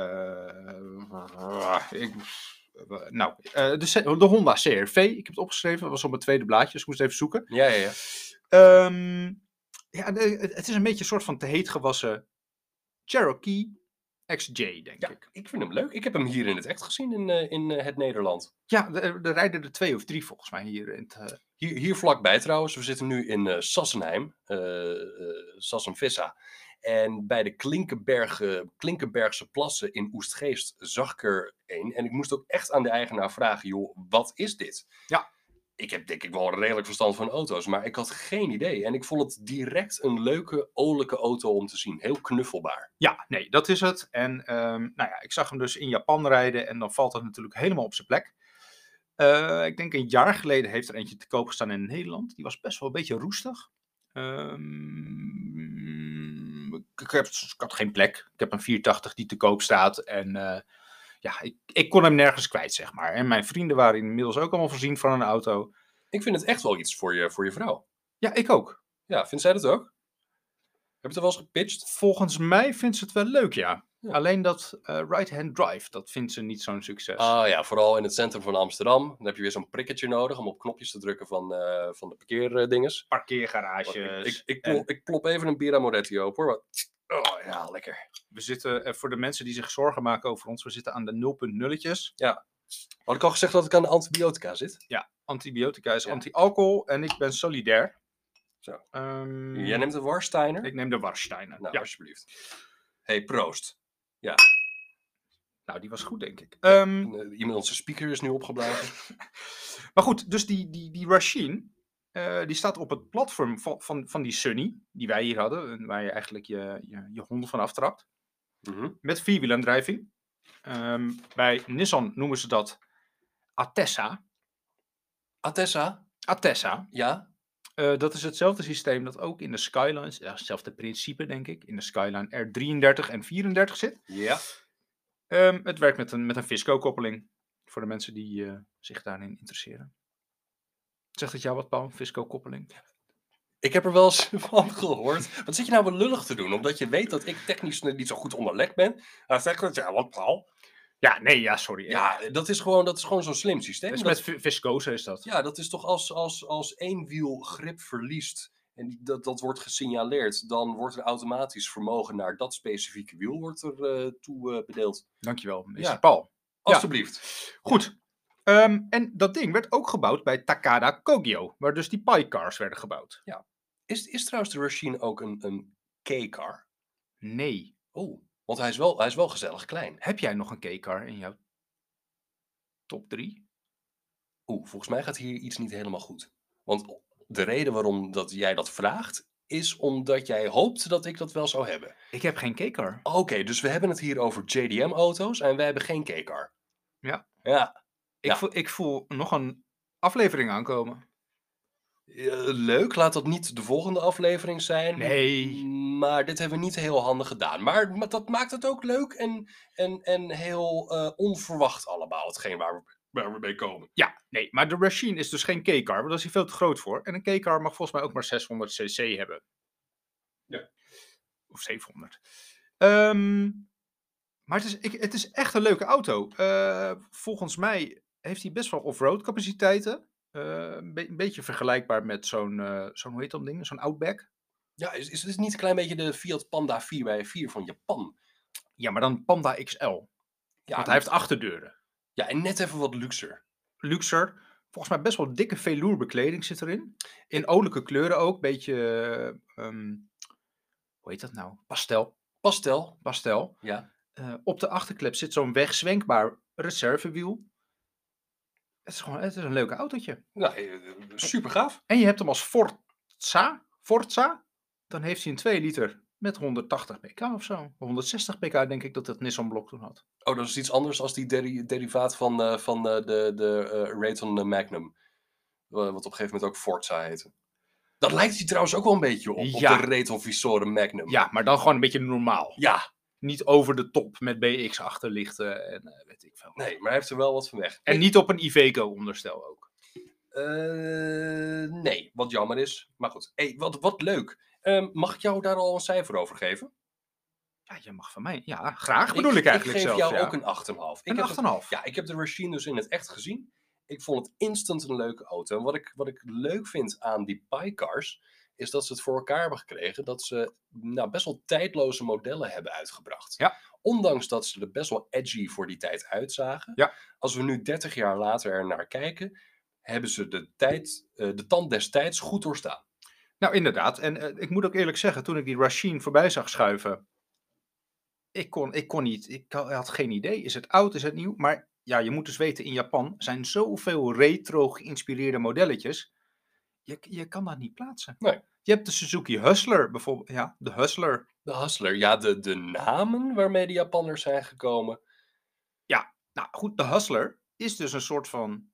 Speaker 2: Eh, ik, nou, eh, de, C- de Honda C R V. Ik heb het opgeschreven. Dat was op mijn tweede blaadje, dus ik moest even zoeken.
Speaker 1: Ja, ja, ja.
Speaker 2: Ehm, ja, de- het het is een beetje een soort van te heet gewassen Cherokee X J, denk
Speaker 1: Ja,
Speaker 2: ik.
Speaker 1: ik vind hem leuk. Ik heb hem hier in het echt gezien in, eh, in eh, het Nederland.
Speaker 2: Ja, er, er rijden er twee of drie volgens mij hier in het... eh,
Speaker 1: Hier, hier vlakbij trouwens. We zitten nu in eh, Sassenheim. eh eh, Sassenvissa. En bij de Klinkenbergen, Klinkenbergse plassen in Oestgeest zag ik er een. En ik moest ook echt aan de eigenaar vragen, joh, wat is dit?
Speaker 2: Ja.
Speaker 1: Ik heb denk ik wel een redelijk verstand van auto's, maar ik had geen idee. En ik vond het direct een leuke, olijke auto om te zien. Heel knuffelbaar.
Speaker 2: Ja, nee, dat is het. En ehm, nou ja, ik zag hem dus in Japan rijden en dan valt het natuurlijk helemaal op zijn plek. Eh, ik denk een jaar geleden heeft er eentje te koop gestaan in Nederland. Die was best wel een beetje roestig. Ehm, ik, ik heb, ik had geen plek. Ik heb een vierentachtig die te koop staat. En eh, ja, ik, ik kon hem nergens kwijt, zeg maar. En mijn vrienden waren inmiddels ook allemaal voorzien van een auto.
Speaker 1: Ik vind het echt wel iets voor je, voor je vrouw.
Speaker 2: Ja, ik ook.
Speaker 1: Ja, vindt zij dat ook? Heb je het er wel eens gepitcht?
Speaker 2: Volgens mij vindt ze het wel leuk, ja.
Speaker 1: Ja.
Speaker 2: Alleen dat eh, right-hand drive, dat vindt ze niet zo'n succes.
Speaker 1: Ah ja, vooral in het centrum van Amsterdam. Dan heb je weer zo'n prikketje nodig om op knopjes te drukken van, eh, van de parkeerdinges.
Speaker 2: Parkeergarages.
Speaker 1: Ik, ik,
Speaker 2: en
Speaker 1: plop, ik plop even een Bira Moretti open hoor. Oh ja, lekker.
Speaker 2: we zitten, eh, voor de mensen die zich zorgen maken over ons, we zitten aan de nul punt nulletjes.
Speaker 1: Had ik al gezegd dat ik aan de antibiotica zit?
Speaker 2: Ja, antibiotica is
Speaker 1: Ja.
Speaker 2: anti-alcohol en ik ben solidair.
Speaker 1: Zo.
Speaker 2: Ehm,
Speaker 1: Jij neemt een Warsteiner?
Speaker 2: Ik neem de Warsteiner.
Speaker 1: Nou,
Speaker 2: Ja.
Speaker 1: alsjeblieft. Hey, proost.
Speaker 2: Nou, die was goed, denk ik. Ehm,
Speaker 1: Uh, iemand zijn speaker is nu opgeblazen.
Speaker 2: maar goed, dus die, die, die Rasheen, eh, die staat op het platform van, van, van die Sunny, die wij hier hadden, en waar je eigenlijk je, je, je honden van aftrapt.
Speaker 1: Mhm.
Speaker 2: Met vierwielaandrijving. Ehm bij Nissan noemen ze dat Atessa.
Speaker 1: Atessa?
Speaker 2: Atessa.
Speaker 1: Ja?
Speaker 2: Eh, dat is hetzelfde systeem dat ook in de Skyline, ja, hetzelfde principe denk ik, in de Skyline R drieëndertig en vierendertig zit.
Speaker 1: Ja.
Speaker 2: Ehm, het werkt met een, met een Fisco-koppeling. Voor de mensen die eh, zich daarin interesseren. Zegt het jou wat, Paul? Fisco-koppeling?
Speaker 1: Ik heb er wel eens van gehoord. Wat zit je nou wel lullig te doen? Omdat je weet dat ik technisch niet zo goed onderlegd ben. Hij zegt het, ja, wat Paul?
Speaker 2: Ja, nee, ja, sorry.
Speaker 1: Ja, dat is gewoon, dat is gewoon zo'n slim systeem.
Speaker 2: Dus
Speaker 1: Dat-
Speaker 2: met vi- viscose is dat.
Speaker 1: Ja, dat is toch als, als, als één wiel grip verliest en die, dat, dat wordt gesignaleerd, dan wordt er automatisch vermogen naar dat specifieke wiel wordt er eh, toe eh, bedeeld.
Speaker 2: Dankjewel, meester
Speaker 1: Ja.
Speaker 2: Paul. Ja.
Speaker 1: Alsjeblieft.
Speaker 2: Goed. Ehm, en dat ding werd ook gebouwd bij Takada Kogyo, waar dus die Pi-cars werden gebouwd.
Speaker 1: Is, is trouwens de Rasheen ook een, een K-car?
Speaker 2: Nee.
Speaker 1: Oh, want hij is wel, hij is wel gezellig klein.
Speaker 2: Heb jij nog een K-car in jouw top drie?
Speaker 1: Oeh, volgens mij gaat hier iets niet helemaal goed. Want de reden waarom dat jij dat vraagt, is omdat jij hoopt dat ik dat wel zou hebben.
Speaker 2: Ik heb geen K-car.
Speaker 1: Oké, dus we hebben het hier over J D M-auto's en wij hebben geen K-car.
Speaker 2: Ja.
Speaker 1: Ja,
Speaker 2: Ik,
Speaker 1: Ja.
Speaker 2: voel, ik voel nog een aflevering aankomen.
Speaker 1: eh, leuk. Laat dat niet de volgende aflevering zijn.
Speaker 2: Nee.
Speaker 1: Maar dit hebben we niet heel handig gedaan. Maar, maar dat maakt het ook leuk en, en, en heel eh, onverwacht allemaal, hetgeen waar we, waar we mee komen.
Speaker 2: Ja, nee, maar de Racine is dus geen K-car, want daar is hij veel te groot voor. En een K-car mag volgens mij ook maar zeshonderd cc hebben.
Speaker 1: Ja.
Speaker 2: Of zevenhonderd. Ehm, maar het is, ik, het is echt een leuke auto. Eh, volgens mij heeft hij best wel off-road capaciteiten. Eh, een, be- een beetje vergelijkbaar met zo'n, eh, zo'n hoe heet dat ding? Zo'n Outback.
Speaker 1: Ja, is, is het niet een klein beetje de Fiat Panda vier bij vier van Japan?
Speaker 2: Ja, maar dan Panda X L.
Speaker 1: Ja,
Speaker 2: Want hij heeft achterdeuren.
Speaker 1: ja, en net even wat luxer.
Speaker 2: Luxer. Volgens mij best wel dikke velourbekleding zit erin. In olijke kleuren ook. Beetje, eh, ehm, hoe heet dat nou? Pastel.
Speaker 1: Pastel.
Speaker 2: Pastel.
Speaker 1: Ja.
Speaker 2: Eh, op de achterklep zit zo'n wegzwenkbaar reservewiel. Het is gewoon het is een leuke autootje.
Speaker 1: Nou, eh, super gaaf.
Speaker 2: En je hebt hem als Forza. Forza. Dan heeft hij een twee liter met honderdtachtig pk of zo. honderdzestig pk denk ik dat het Nissan Blok toen had.
Speaker 1: Oh, dat is iets anders als die deri- derivaat van, eh, van eh, de, de eh, Rayton eh, Magnum. Eh, wat op een gegeven moment ook Forza heette. Dat lijkt hij trouwens ook wel een beetje op.
Speaker 2: Ja.
Speaker 1: Op de Rayton Visoren Magnum.
Speaker 2: Ja, maar dan gewoon een beetje normaal.
Speaker 1: Ja,
Speaker 2: Niet over de top met B X achterlichten en eh, weet ik veel. wat.
Speaker 1: nee, maar hij heeft er wel wat van weg.
Speaker 2: En niet op een Iveco onderstel ook.
Speaker 1: Eh, nee, wat jammer is. Maar goed, hey, wat, wat leuk. Ehm, mag ik jou daar al een cijfer over geven?
Speaker 2: Ja, je mag van mij. Ja, graag bedoel ik, eigenlijk
Speaker 1: Ik geef
Speaker 2: zelfs.
Speaker 1: jou
Speaker 2: ja.
Speaker 1: ook een acht komma vijf. Ik
Speaker 2: Een
Speaker 1: heb
Speaker 2: acht komma vijf.
Speaker 1: het- Ja, ik heb de Racine dus in het echt gezien. Ik vond het instant een leuke auto. En wat ik, wat ik leuk vind aan die Pi-cars, is dat ze het voor elkaar hebben gekregen dat ze nou, best wel tijdloze modellen hebben uitgebracht.
Speaker 2: Ja.
Speaker 1: Ondanks dat ze er best wel edgy voor die tijd uitzagen.
Speaker 2: Ja.
Speaker 1: Als we nu dertig jaar later er naar kijken, hebben ze de, tijd, eh, de tand des tijds goed doorstaan.
Speaker 2: Nou, inderdaad. En eh, ik moet ook eerlijk zeggen, toen ik die Racine voorbij zag schuiven, ik kon, ik kon niet, ik had had geen idee. Is het oud, is het nieuw? Maar ja, je moet dus weten, in Japan zijn zoveel retro geïnspireerde modelletjes. Je, je kan dat niet plaatsen.
Speaker 1: Nee.
Speaker 2: Je hebt de Suzuki Hustler bijvoorbeeld. Ja, de Hustler.
Speaker 1: De Hustler, ja, de, de namen waarmee de Japanners zijn gekomen.
Speaker 2: Nou goed, de Hustler is dus een soort van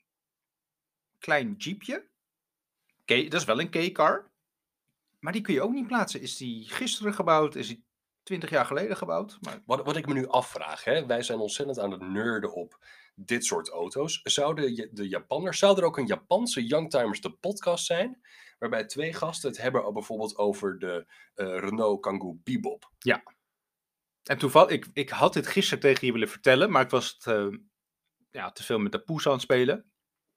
Speaker 2: klein jeepje. Oké, dat is wel een K-car. Maar die kun je ook niet plaatsen. Is die gisteren gebouwd? Is die twintig jaar geleden gebouwd? Maar
Speaker 1: Wat, wat ik me nu afvraag, hè, wij zijn ontzettend aan het nerden op dit soort auto's. Zouden de, de Japanners, zou er ook een Japanse Youngtimers de podcast zijn, waarbij twee gasten het hebben o- bijvoorbeeld over de eh, Renault Kangoo Bebop?
Speaker 2: En toevallig, ik, ik had dit gisteren tegen je willen vertellen, maar ik was het, eh, ja, te veel met de poes aan het spelen.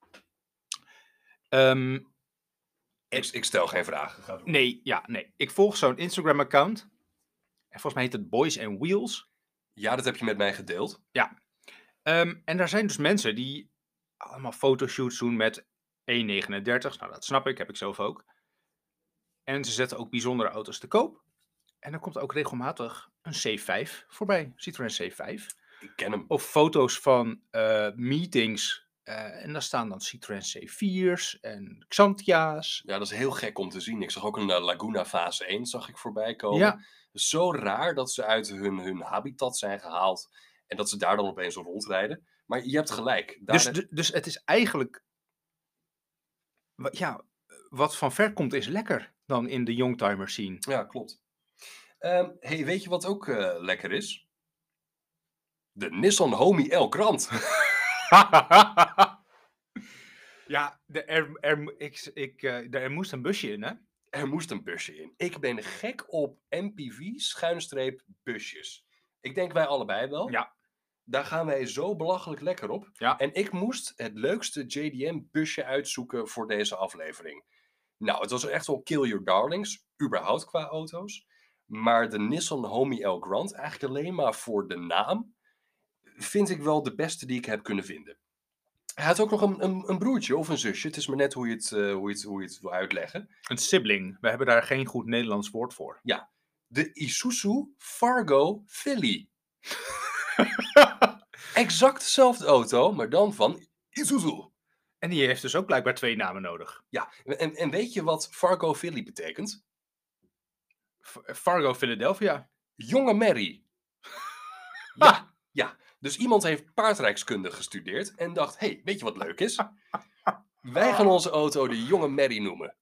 Speaker 2: Ehm,
Speaker 1: Ik, ik stel geen vragen. Ga door.
Speaker 2: nee, ja, nee. Ik volg zo'n Instagram-account. En volgens mij heet het Boys and Wheels.
Speaker 1: Ja, dat heb je met mij gedeeld.
Speaker 2: Ehm, en daar zijn dus mensen die allemaal fotoshoots doen met E negenendertig. Nou, dat snap ik, heb ik zelf ook. En ze zetten ook bijzondere auto's te koop. En dan komt ook regelmatig een C vijf voorbij, Citroën C vijf.
Speaker 1: Ik ken hem.
Speaker 2: Of foto's van eh, meetings. eh, en daar staan dan Citroën C vier's en Xantia's.
Speaker 1: Ja, dat is heel gek om te zien. Ik zag ook een eh, Laguna Fase één zag ik voorbij komen.
Speaker 2: Ja,
Speaker 1: Zo raar dat ze uit hun, hun habitat zijn gehaald en dat ze daar dan opeens rondrijden. Maar je hebt gelijk. Daar
Speaker 2: dus, du- dus het is eigenlijk... wa- Ja, wat van ver komt is lekker dan in de youngtimer scene.
Speaker 1: Ja, klopt. Ehm, hey, weet je wat ook eh, lekker is? De Nissan Homie El Grant.
Speaker 2: ja, de, er, er, ik, ik, eh, er moest een busje in, hè?
Speaker 1: Er moest een busje in. Ik ben gek op M P V schuinstreep busjes. Ik denk wij allebei wel.
Speaker 2: Ja.
Speaker 1: Daar gaan wij zo belachelijk lekker op.
Speaker 2: Ja.
Speaker 1: En ik moest het leukste J D M busje uitzoeken voor deze aflevering. Nou, het was echt wel kill your darlings. Überhaupt qua auto's. Maar de Nissan Homie El Grant, eigenlijk alleen maar voor de naam, vind ik wel de beste die ik heb kunnen vinden. Hij had ook nog een, een, een broertje of een zusje. Het is maar net hoe je het, eh, hoe je het, hoe je het wil uitleggen.
Speaker 2: Een sibling. We hebben daar geen goed Nederlands woord voor.
Speaker 1: De Isuzu Fargo Philly. Exact dezelfde auto, maar dan van Isuzu.
Speaker 2: En die heeft dus ook blijkbaar twee namen nodig.
Speaker 1: Ja, en, en weet je wat Fargo Philly betekent?
Speaker 2: F- Fargo Philadelphia.
Speaker 1: Jonge Mary. Ja, ja. Dus iemand heeft paardrijkskunde gestudeerd en dacht, hé, hey, weet je wat leuk is? Wij gaan onze auto de Jonge Mary noemen.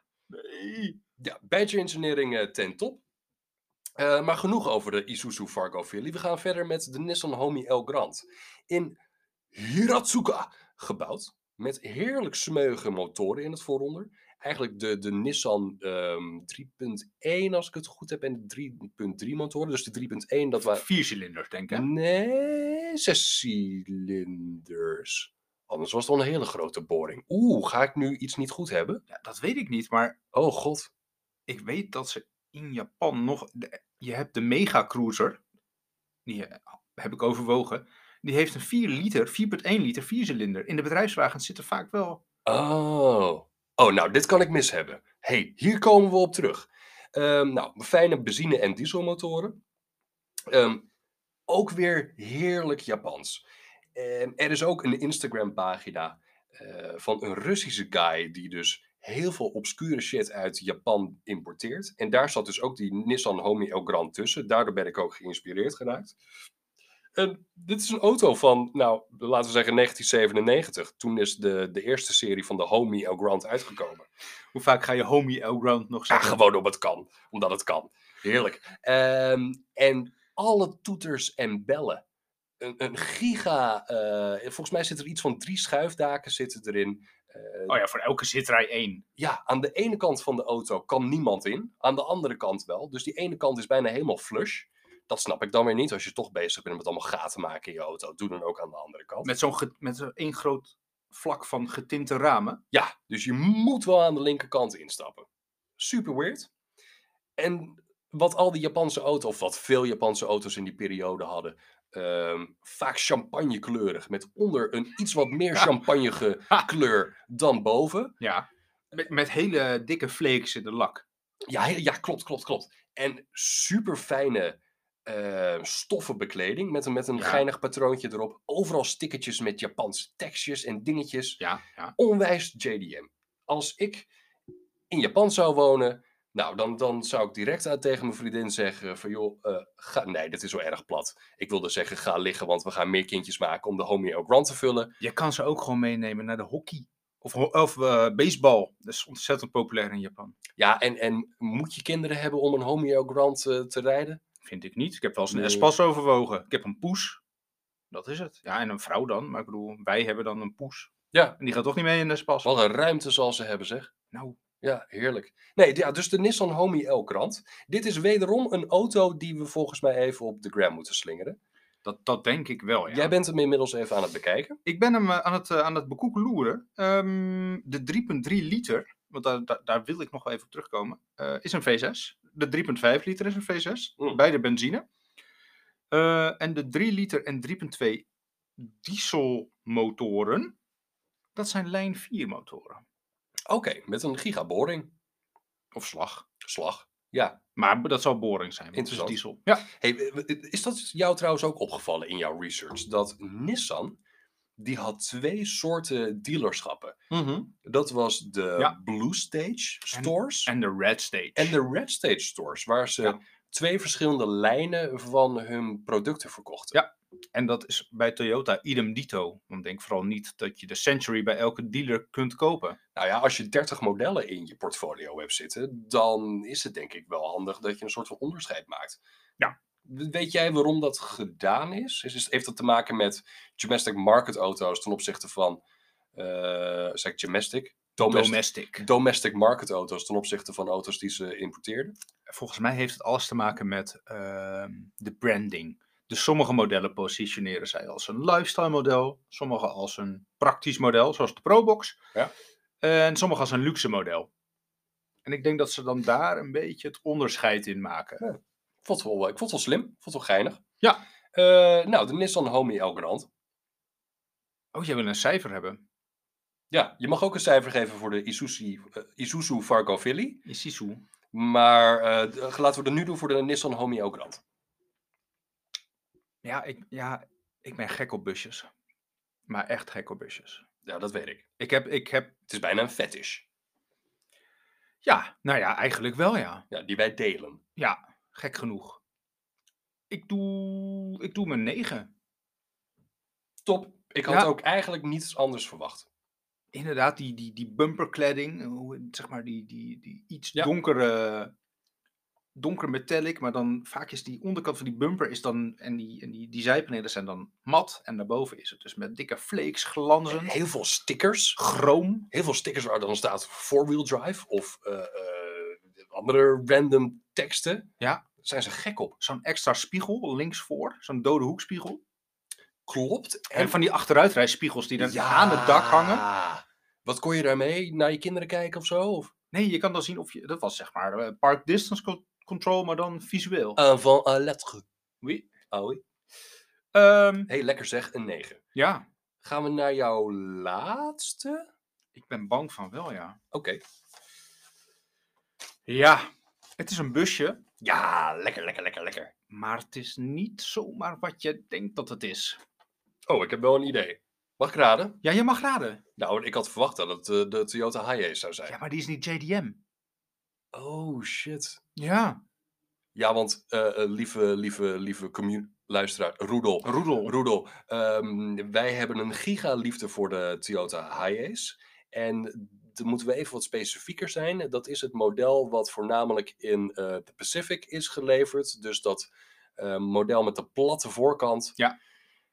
Speaker 2: Nee.
Speaker 1: Ja, badge engineering uh, ten top. Uh, maar genoeg over de Isuzu Fargo Philly. We gaan verder met de Nissan Homey Elgrand. In Hiratsuka gebouwd. Met heerlijk smeuïge motoren in het vooronder. Eigenlijk de, de Nissan um, drie punt één als ik het goed heb. En de drie punt drie motoren. Dus de drie punt één dat waren...
Speaker 2: Vier cilinders, denk ik. Hè?
Speaker 1: Nee, zes cilinders. Anders was het wel een hele grote boring. Oeh, ga ik nu iets niet goed hebben?
Speaker 2: Ja, dat weet ik niet, maar
Speaker 1: Oh god.
Speaker 2: ik weet dat ze in Japan nog... De, je hebt de Mega Cruiser. Die uh, heb ik overwogen. Die heeft een vier liter, vier punt één liter viercilinder. In de bedrijfswagens zitten vaak wel...
Speaker 1: Oh. Oh, nou, dit kan ik mis hebben. hey, hier komen we op terug. Um, nou, fijne benzine- en dieselmotoren. Um, ook weer heerlijk Japans. Um, er is ook een Instagram-pagina uh, van een Russische guy die dus heel veel obscure shit uit Japan importeert. En daar zat dus ook die Nissan Homey Elgrand tussen. Daardoor ben ik ook geïnspireerd geraakt. En dit is een auto van, nou, laten we zeggen negentien zevenennegentig. Toen is de, de eerste serie van de Homey Elgrand uitgekomen.
Speaker 2: Hoe vaak ga je Homey Elgrand nog
Speaker 1: Ja,
Speaker 2: zeggen?
Speaker 1: gewoon omdat het kan. Omdat het kan. Heerlijk. Um, en alle toeters en bellen. Een, een giga... Uh, volgens mij zitten er iets van drie schuifdaken zitten erin.
Speaker 2: Uh, oh ja, voor elke zitrij één.
Speaker 1: Ja, aan de ene kant van de auto kan niemand in. Aan de andere kant wel. Dus die ene kant is bijna helemaal flush. Dat snap ik dan weer niet. Als je toch bezig bent met allemaal gaten maken in je auto. Doe dan ook aan de andere kant.
Speaker 2: Met zo'n ge- met zo'n één groot vlak van getinte ramen.
Speaker 1: Ja, dus je moet wel aan de linkerkant instappen. Super weird. En wat al die Japanse auto's, of wat veel Japanse auto's in die periode hadden. Um, vaak champagnekleurig. Met onder een iets wat meer champagnege kleur dan boven.
Speaker 2: Ja, met, met hele dikke flakes in de lak.
Speaker 1: Ja, ja, klopt, klopt, klopt. En super fijne uh, stoffen bekleding met een, met een ja. geinig patroontje erop. Overal stickertjes met Japanse tekstjes en dingetjes.
Speaker 2: Ja, ja.
Speaker 1: Onwijs J D M. Als ik in Japan zou wonen, nou, dan, dan zou ik direct uit tegen mijn vriendin zeggen van joh, uh, ga, nee, dat is wel erg plat. Ik wilde zeggen, ga liggen, want we gaan meer kindjes maken om de Homey Elgrand te vullen.
Speaker 2: Je kan ze ook gewoon meenemen naar de hockey. Of, of uh, baseball. Dat is ontzettend populair in Japan.
Speaker 1: Ja, en, en moet je kinderen hebben om een Homey Elgrand uh, te rijden?
Speaker 2: Vind ik niet. Ik heb wel eens een nee. Espas overwogen. Ik heb een poes. Dat is het. Ja, en een vrouw dan. Maar ik bedoel, wij hebben dan een poes.
Speaker 1: Ja.
Speaker 2: En die gaat toch niet mee in de Espas.
Speaker 1: Wat een ruimte zal ze hebben, zeg.
Speaker 2: Nou.
Speaker 1: Ja, heerlijk. Nee, ja, dus de Nissan Homey Elgrand. Dit is wederom een auto die we volgens mij even op de gram moeten slingeren.
Speaker 2: Dat, dat denk ik wel, ja.
Speaker 1: Jij bent hem inmiddels even aan het bekijken.
Speaker 2: Ik ben hem uh, aan het, uh, aan het bekoekeloeren. Um, de drie punt drie liter, want daar, daar, daar wil ik nog wel even op terugkomen, uh, is een V zes. De drie punt vijf liter is een V zes. Mm. Beide benzine. Uh, en de drie liter en drie punt twee dieselmotoren, dat zijn lijn vier motoren.
Speaker 1: Oké, okay, met een gigaboring.
Speaker 2: Of slag.
Speaker 1: Slag, ja.
Speaker 2: Maar dat zal boring zijn, want het is diesel. Ja.
Speaker 1: Hey, is dat jou trouwens ook opgevallen in jouw research? Dat Nissan, die had twee soorten dealerschappen.
Speaker 2: Mm-hmm.
Speaker 1: Dat was de
Speaker 2: ja.
Speaker 1: Blue Stage stores.
Speaker 2: En, en de Red Stage.
Speaker 1: En de Red Stage stores, waar ze ja. twee verschillende lijnen van hun producten verkochten.
Speaker 2: Ja. En dat is bij Toyota idem dito. Dan denk vooral niet dat je de Century bij elke dealer kunt kopen.
Speaker 1: Nou ja, als je dertig modellen in je portfolio hebt zitten, dan is het denk ik wel handig dat je een soort van onderscheid maakt.
Speaker 2: Ja.
Speaker 1: Weet jij waarom dat gedaan is? is heeft dat te maken met domestic market auto's ten opzichte van, uh, zeg ik domestic?
Speaker 2: Domestic. domestic.
Speaker 1: Domestic market auto's ten opzichte van auto's die ze importeerden?
Speaker 2: Volgens mij heeft het alles te maken met uh, de branding. Dus sommige modellen positioneren zij als een lifestyle model, sommige als een praktisch model, zoals de Probox,
Speaker 1: ja.
Speaker 2: en sommige als een luxe model. En ik denk dat ze dan daar een beetje het onderscheid in maken.
Speaker 1: Ja. Ik, vond het wel, ik vond het wel slim, ik vond het wel geinig.
Speaker 2: Ja.
Speaker 1: Uh, nou, de Nissan Homey Elgrand.
Speaker 2: Oh, jij wil een cijfer hebben?
Speaker 1: Ja, je mag ook een cijfer geven voor de Isuzu, uh, Isuzu Fargo Philly.
Speaker 2: Isuzu.
Speaker 1: Maar uh, d- laten we het nu doen voor de Nissan Homeo Grand.
Speaker 2: Ja ik, ja, ik ben gek op busjes. Maar echt gek op busjes.
Speaker 1: Ja, dat weet ik.
Speaker 2: Ik heb, ik heb,
Speaker 1: Het is bijna een fetish.
Speaker 2: ja, nou ja, eigenlijk wel ja.
Speaker 1: Ja, die wij delen.
Speaker 2: Ja, gek genoeg. Ik doe, ik doe mijn negen.
Speaker 1: Top. Ik had
Speaker 2: Ja.
Speaker 1: ook eigenlijk niets anders verwacht.
Speaker 2: Inderdaad, die, die, die bumperkledding, hoe- zeg maar die, die, die iets
Speaker 1: Ja.
Speaker 2: donkere, donker metallic, maar dan vaak is die onderkant van die bumper is dan, en die, en die, die zijpanelen zijn dan mat en daarboven is het dus met dikke flakes glanzend,
Speaker 1: Heel veel stickers.
Speaker 2: chroom.
Speaker 1: Heel veel stickers waar dan staat four-wheel drive of uh, uh, andere random teksten.
Speaker 2: Ja.
Speaker 1: Daar zijn ze gek op.
Speaker 2: Zo'n extra spiegel links voor, zo'n dode hoekspiegel.
Speaker 1: Klopt.
Speaker 2: En van die achteruitrijspiegels die dan aan het dak hangen.
Speaker 1: Wat kon je daarmee? Naar je kinderen kijken of zo? Of?
Speaker 2: Nee, je kan dan zien of je, dat was zeg maar uh, park distance co- control, maar dan visueel.
Speaker 1: Avant à lettre.
Speaker 2: Oui.
Speaker 1: Ah oui.
Speaker 2: Um,
Speaker 1: Hey, lekker zeg, een negen.
Speaker 2: Ja.
Speaker 1: Gaan we naar jouw laatste?
Speaker 2: Ik ben bang van wel, ja.
Speaker 1: Oké. Okay.
Speaker 2: Ja, het is een busje.
Speaker 1: Ja, lekker, lekker, lekker, lekker.
Speaker 2: Maar het is niet zomaar wat je denkt dat het is.
Speaker 1: Oh, ik heb wel een idee. Mag ik raden?
Speaker 2: Ja, je mag raden.
Speaker 1: Nou, ik had verwacht dat het uh, de Toyota Hiace zou zijn.
Speaker 2: Ja, maar die is niet J D M.
Speaker 1: Oh, shit.
Speaker 2: Ja.
Speaker 1: Ja, want uh, uh, lieve, lieve, lieve commun- luisteraar, Roedel.
Speaker 2: Roedel.
Speaker 1: Roedel. Um, wij hebben een gigaliefde voor de Toyota Hiace. En dan moeten we even wat specifieker zijn. Dat is het model wat voornamelijk in uh, de Pacific is geleverd. Dus dat uh, model met de platte voorkant.
Speaker 2: Ja.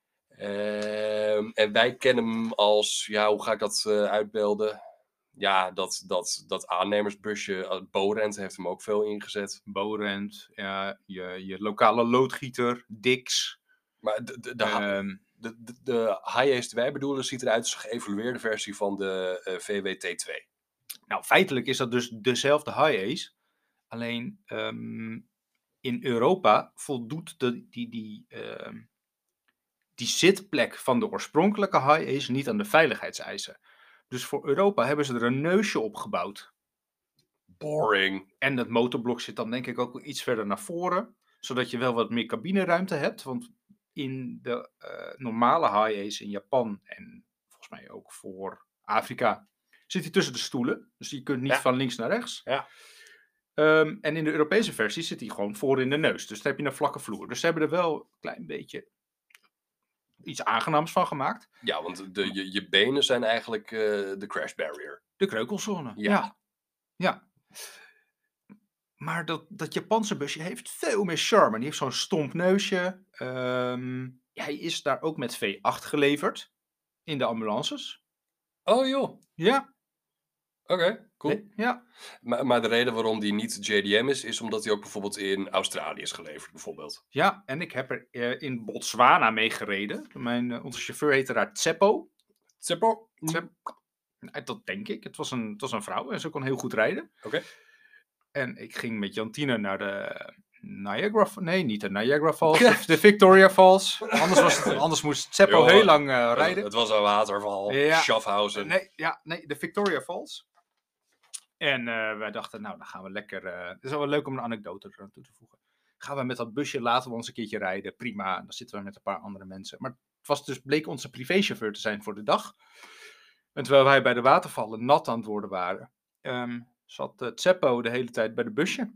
Speaker 1: Um, en wij kennen hem als, ja, hoe ga ik dat uh, uitbeelden? Ja, dat, dat, dat aannemersbusje, Borent heeft hem ook veel ingezet.
Speaker 2: Borent, ja, je, je lokale loodgieter, Dix.
Speaker 1: Maar de, de, de,
Speaker 2: um,
Speaker 1: de, de, de Hiace die wij bedoelen ziet eruit als een geëvolueerde versie van de uh, V W T twee.
Speaker 2: Nou, feitelijk is dat dus dezelfde Hiace. Alleen um, in Europa voldoet de, die, die, uh, die zitplek van de oorspronkelijke Hiace niet aan de veiligheidseisen. Dus voor Europa hebben ze er een neusje op gebouwd.
Speaker 1: Boring.
Speaker 2: En het motorblok zit dan denk ik ook iets verder naar voren. Zodat je wel wat meer cabineruimte hebt. Want in de uh, normale Hiace in Japan en volgens mij ook voor Afrika zit hij tussen de stoelen. Dus je kunt niet
Speaker 1: ja.
Speaker 2: van links naar rechts.
Speaker 1: Ja.
Speaker 2: Um, en in de Europese versie zit hij gewoon voor in de neus. Dus dan heb je een vlakke vloer. Dus ze hebben er wel een klein beetje iets aangenaams van gemaakt.
Speaker 1: Ja, want de, je, je benen zijn eigenlijk uh, de crash barrier.
Speaker 2: De kreukelzone.
Speaker 1: Ja.
Speaker 2: Ja. ja. Maar dat, dat Japanse busje heeft veel meer charme. Die heeft zo'n stomp neusje. Um, hij is daar ook met V acht geleverd. In de ambulances.
Speaker 1: Oh joh.
Speaker 2: Ja.
Speaker 1: Oké, okay, cool.
Speaker 2: Nee, ja.
Speaker 1: Maar, maar de reden waarom die niet J D M is, is omdat hij ook bijvoorbeeld in Australië is geleverd, bijvoorbeeld.
Speaker 2: Ja, en ik heb er uh, in Botswana mee gereden. Mijn, uh, onze chauffeur heette daar Tseppo.
Speaker 1: Tseppo?
Speaker 2: Tsep... Dat denk ik. Het was een, het was een vrouw en ze kon heel goed rijden.
Speaker 1: Oké. Okay.
Speaker 2: En ik ging met Jantine naar de Niagara... Nee, niet de Niagara Falls. De, de Victoria Falls. Anders, was het, anders moest Tseppo heel lang uh, rijden.
Speaker 1: Het was een waterval. Ja. Schaffhausen.
Speaker 2: Nee, ja, nee, de Victoria Falls. En uh, wij dachten, nou, dan gaan we lekker... Uh, het is wel leuk om een anekdote er aan toe te voegen. Gaan we met dat busje laten we ons een keertje rijden. Prima, dan zitten we met een paar andere mensen. Maar het was dus, bleek onze privéchauffeur te zijn voor de dag. En terwijl wij bij de watervallen nat aan het worden waren... Um, zat uh, Tseppo de hele tijd bij de busje.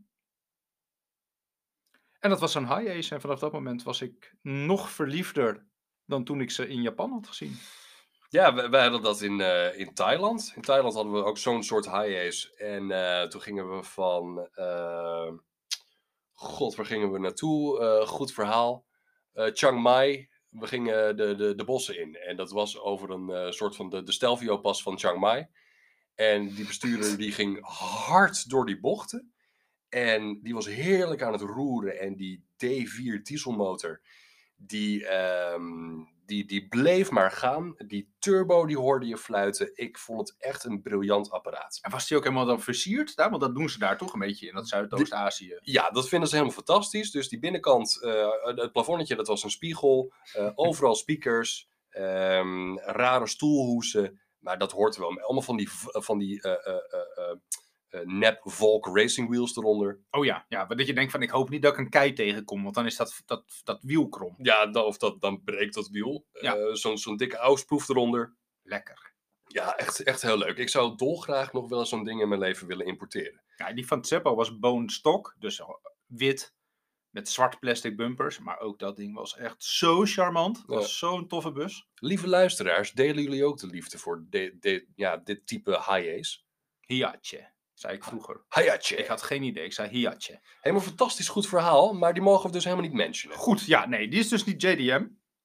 Speaker 2: En dat was een Hiace. En vanaf dat moment was ik nog verliefder dan toen ik ze in Japan had gezien.
Speaker 1: Ja, wij, wij hadden dat in, uh, in Thailand. In Thailand hadden we ook zo'n soort Hiace. En uh, toen gingen we van... Uh, God, waar gingen we naartoe? Uh, goed verhaal. Uh, Chiang Mai. We gingen de, de, de bossen in. En dat was over een uh, soort van de, de Stelvio-pas van Chiang Mai. En die bestuurder die ging hard door die bochten. En die was heerlijk aan het roeren. En die D vier dieselmotor, die, um, die, die bleef maar gaan. Die turbo, die hoorde je fluiten. Ik vond het echt een briljant apparaat.
Speaker 2: En was die ook helemaal dan versierd daar? Want dat doen ze daar toch een beetje in dat Zuidoost-Azië.
Speaker 1: Ja, dat vinden ze helemaal fantastisch. Dus die binnenkant, uh, het plafonnetje, dat was een spiegel. Uh, overal speakers. Um, rare stoelhoesen. Maar dat hoort wel. Allemaal van die, van die uh, uh, uh, uh, nep Volk Racing Wheels eronder.
Speaker 2: Oh ja, ja, maar dat je denkt van ik hoop niet dat ik een kei tegenkom, want dan is dat, dat, dat wiel krom.
Speaker 1: Ja, dan, of dat, dan breekt dat wiel.
Speaker 2: Ja.
Speaker 1: Uh, zo'n, zo'n dikke ausproef eronder.
Speaker 2: Lekker.
Speaker 1: Ja, echt, echt heel leuk. Ik zou dolgraag nog wel eens zo'n ding in mijn leven willen importeren.
Speaker 2: Ja, die van Zeppo was bone stock, dus wit met zwart plastic bumpers. Maar ook dat ding was echt zo charmant. Het was
Speaker 1: Ja.
Speaker 2: zo'n toffe bus.
Speaker 1: Lieve luisteraars, delen jullie ook de liefde voor de, de, ja, dit type Hiace?
Speaker 2: Hiatje, zei ik vroeger.
Speaker 1: Hiatje.
Speaker 2: Ik had geen idee, ik zei Hiatje.
Speaker 1: Helemaal fantastisch goed verhaal, maar die mogen we dus helemaal niet mentionen.
Speaker 2: Goed, ja, nee, die is dus niet J D M.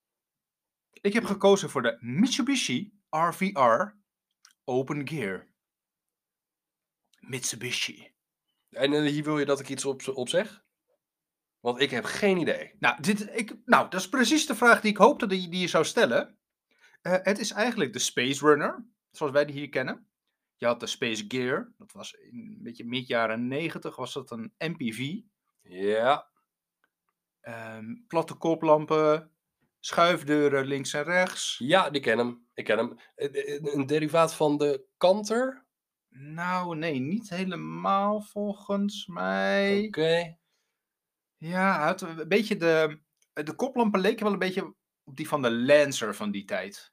Speaker 2: Ik heb gekozen voor de Mitsubishi R V R Open Gear. Mitsubishi.
Speaker 1: En uh, hier wil je dat ik iets op, op zeg? Want ik heb geen idee.
Speaker 2: Nou, dit, ik, nou, dat is precies de vraag die ik hoopte die, die je zou stellen. Uh, het is eigenlijk de Space Runner, zoals wij die hier kennen. Je had de Space Gear, dat was in een beetje mid jaren negentig, was dat een M P V.
Speaker 1: Ja.
Speaker 2: Um, platte koplampen, schuifdeuren links en rechts.
Speaker 1: Ja, die ken hem. Ik ken hem. Een derivaat van de Canter?
Speaker 2: Nou, nee, niet helemaal volgens mij.
Speaker 1: Oké. Okay.
Speaker 2: Ja, hij had een beetje de, de koplampen leken wel een beetje op die van de Lancer van die tijd.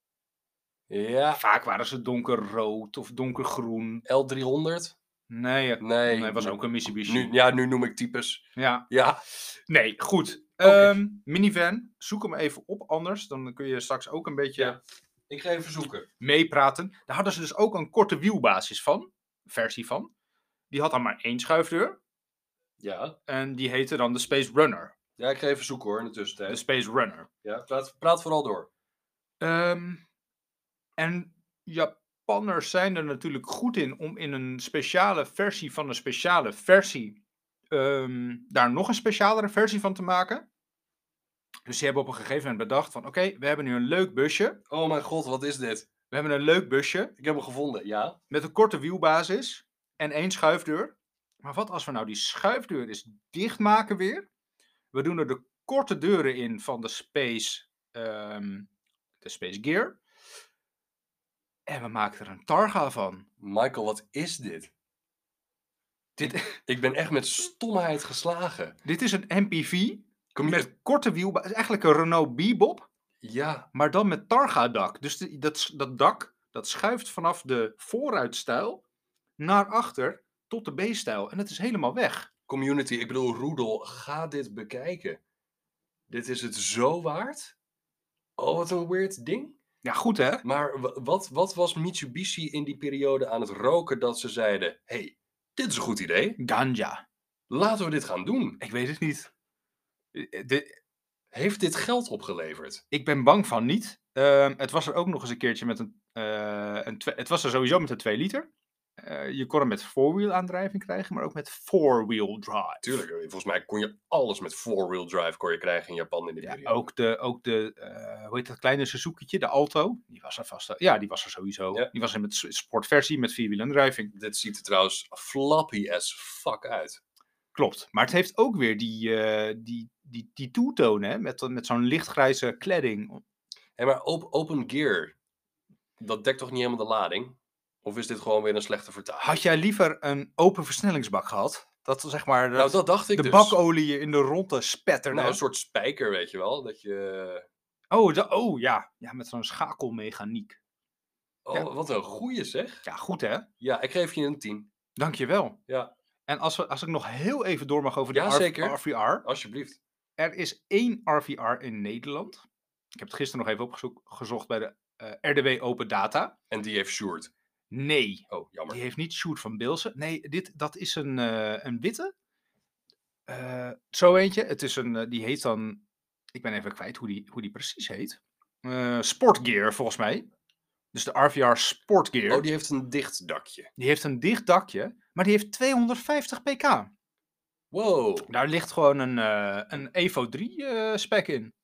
Speaker 1: Ja.
Speaker 2: Vaak waren ze donkerrood of donkergroen.
Speaker 1: L driehonderd?
Speaker 2: Nee,
Speaker 1: nee,
Speaker 2: nee, was ook een Mitsubishi.
Speaker 1: Nu, ja, nu noem ik types.
Speaker 2: Ja.
Speaker 1: Ja.
Speaker 2: Nee, goed.
Speaker 1: Okay.
Speaker 2: Um, minivan, zoek hem even op anders. Dan kun je straks ook een beetje
Speaker 1: ja. Ik ga even zoeken.
Speaker 2: Meepraten. Daar hadden ze dus ook een korte wielbasis van. Versie van. Die had dan maar één schuifdeur.
Speaker 1: Ja.
Speaker 2: En die heette dan de Space Runner.
Speaker 1: Ja, ik ga even zoeken hoor in de tussentijd.
Speaker 2: De Space Runner.
Speaker 1: Ja, praat, praat vooral door.
Speaker 2: Um, en Japanners zijn er natuurlijk goed in om in een speciale versie van een speciale versie um, daar nog een specialere versie van te maken. Dus die hebben op een gegeven moment bedacht van oké, okay, we hebben nu een leuk busje.
Speaker 1: Oh mijn god, wat is dit?
Speaker 2: We hebben een leuk busje.
Speaker 1: Ik heb hem gevonden, ja.
Speaker 2: Met een korte wielbasis en één schuifdeur. Maar wat als we nou die schuifdeur eens dichtmaken weer? We doen er de korte deuren in van de Space, um, de Space Gear. En we maken er een Targa van.
Speaker 1: Michael, wat is dit? dit... Ik ben echt met stomheid geslagen.
Speaker 2: Dit is een M P V
Speaker 1: Kom je...
Speaker 2: met korte wielbasis. Eigenlijk een Renault Bebop.
Speaker 1: Ja.
Speaker 2: Maar dan met Targa-dak. Dus de, dat, dat dak, dat schuift vanaf de vooruitstijl naar achter tot de B-stijl. En het is helemaal weg.
Speaker 1: Community, ik bedoel Roedel, ga dit bekijken. Dit is het zo waard. Oh, wat een weird ding.
Speaker 2: Ja, goed hè?
Speaker 1: Maar wat, wat was Mitsubishi in die periode aan het roken dat ze zeiden... hey, dit is een goed idee.
Speaker 2: Ganja.
Speaker 1: Laten we dit gaan doen.
Speaker 2: Ik weet het niet. De...
Speaker 1: Heeft dit geld opgeleverd?
Speaker 2: Ik ben bang van niet. Uh, het was er ook nog eens een keertje met een... Uh, een twe... Het was er sowieso met een twee liter. Uh, je kon hem met four-wheel aandrijving krijgen, maar ook met four-wheel drive.
Speaker 1: Tuurlijk, volgens mij kon je alles met four-wheel drive kon je krijgen in Japan in die
Speaker 2: ja,
Speaker 1: periode.
Speaker 2: Ook de, ook de uh, hoe heet dat kleine Suzuki'tje, de Alto, die was er vast. Ja, die was er sowieso. Ja. Die was er met sportversie, met vierwielaandrijving.
Speaker 1: Dit ziet er trouwens floppy as fuck uit.
Speaker 2: Klopt, maar het heeft ook weer die, uh, die, die, die two-tone, hè, met, met zo'n lichtgrijze cladding.
Speaker 1: Hé, maar op, open gear, dat dekt toch niet helemaal de lading? Of is dit gewoon weer een slechte vertaling?
Speaker 2: Had jij liever een open versnellingsbak gehad? Dat zeg maar dat
Speaker 1: nou, dat dacht ik
Speaker 2: de
Speaker 1: dus.
Speaker 2: bakolie in de ronde spetterde.
Speaker 1: Nou, een soort spijker, weet je wel. Dat je...
Speaker 2: Oh, de, oh ja. ja, met zo'n schakelmechaniek.
Speaker 1: Oh, ja. Wat een goeie zeg.
Speaker 2: Ja, goed hè?
Speaker 1: Ja, ik geef je een tien.
Speaker 2: Dankjewel.
Speaker 1: Ja.
Speaker 2: En als, we, als ik nog heel even door mag over de
Speaker 1: ja,
Speaker 2: R-
Speaker 1: zeker.
Speaker 2: R V R.
Speaker 1: Alsjeblieft.
Speaker 2: Er is één R V R in Nederland. Ik heb het gisteren nog even opgezocht bij de uh, R D W Open Data.
Speaker 1: En die heeft Sjoerd.
Speaker 2: Nee.
Speaker 1: Oh, jammer.
Speaker 2: Die heeft niet Sjoerd van Bilsen. Nee, dit, dat is een, uh, een witte. Uh, zo eentje. Het is een, uh, die heet dan... Ik ben even kwijt hoe die, hoe die precies heet. Uh, Sportgear, volgens mij. Dus de R V R Sportgear.
Speaker 1: Oh, die heeft een dicht dakje.
Speaker 2: Die heeft een dicht dakje, maar die heeft tweehonderdvijftig pk.
Speaker 1: Wow.
Speaker 2: Daar ligt gewoon een, uh, een Evo drie uh, spec in.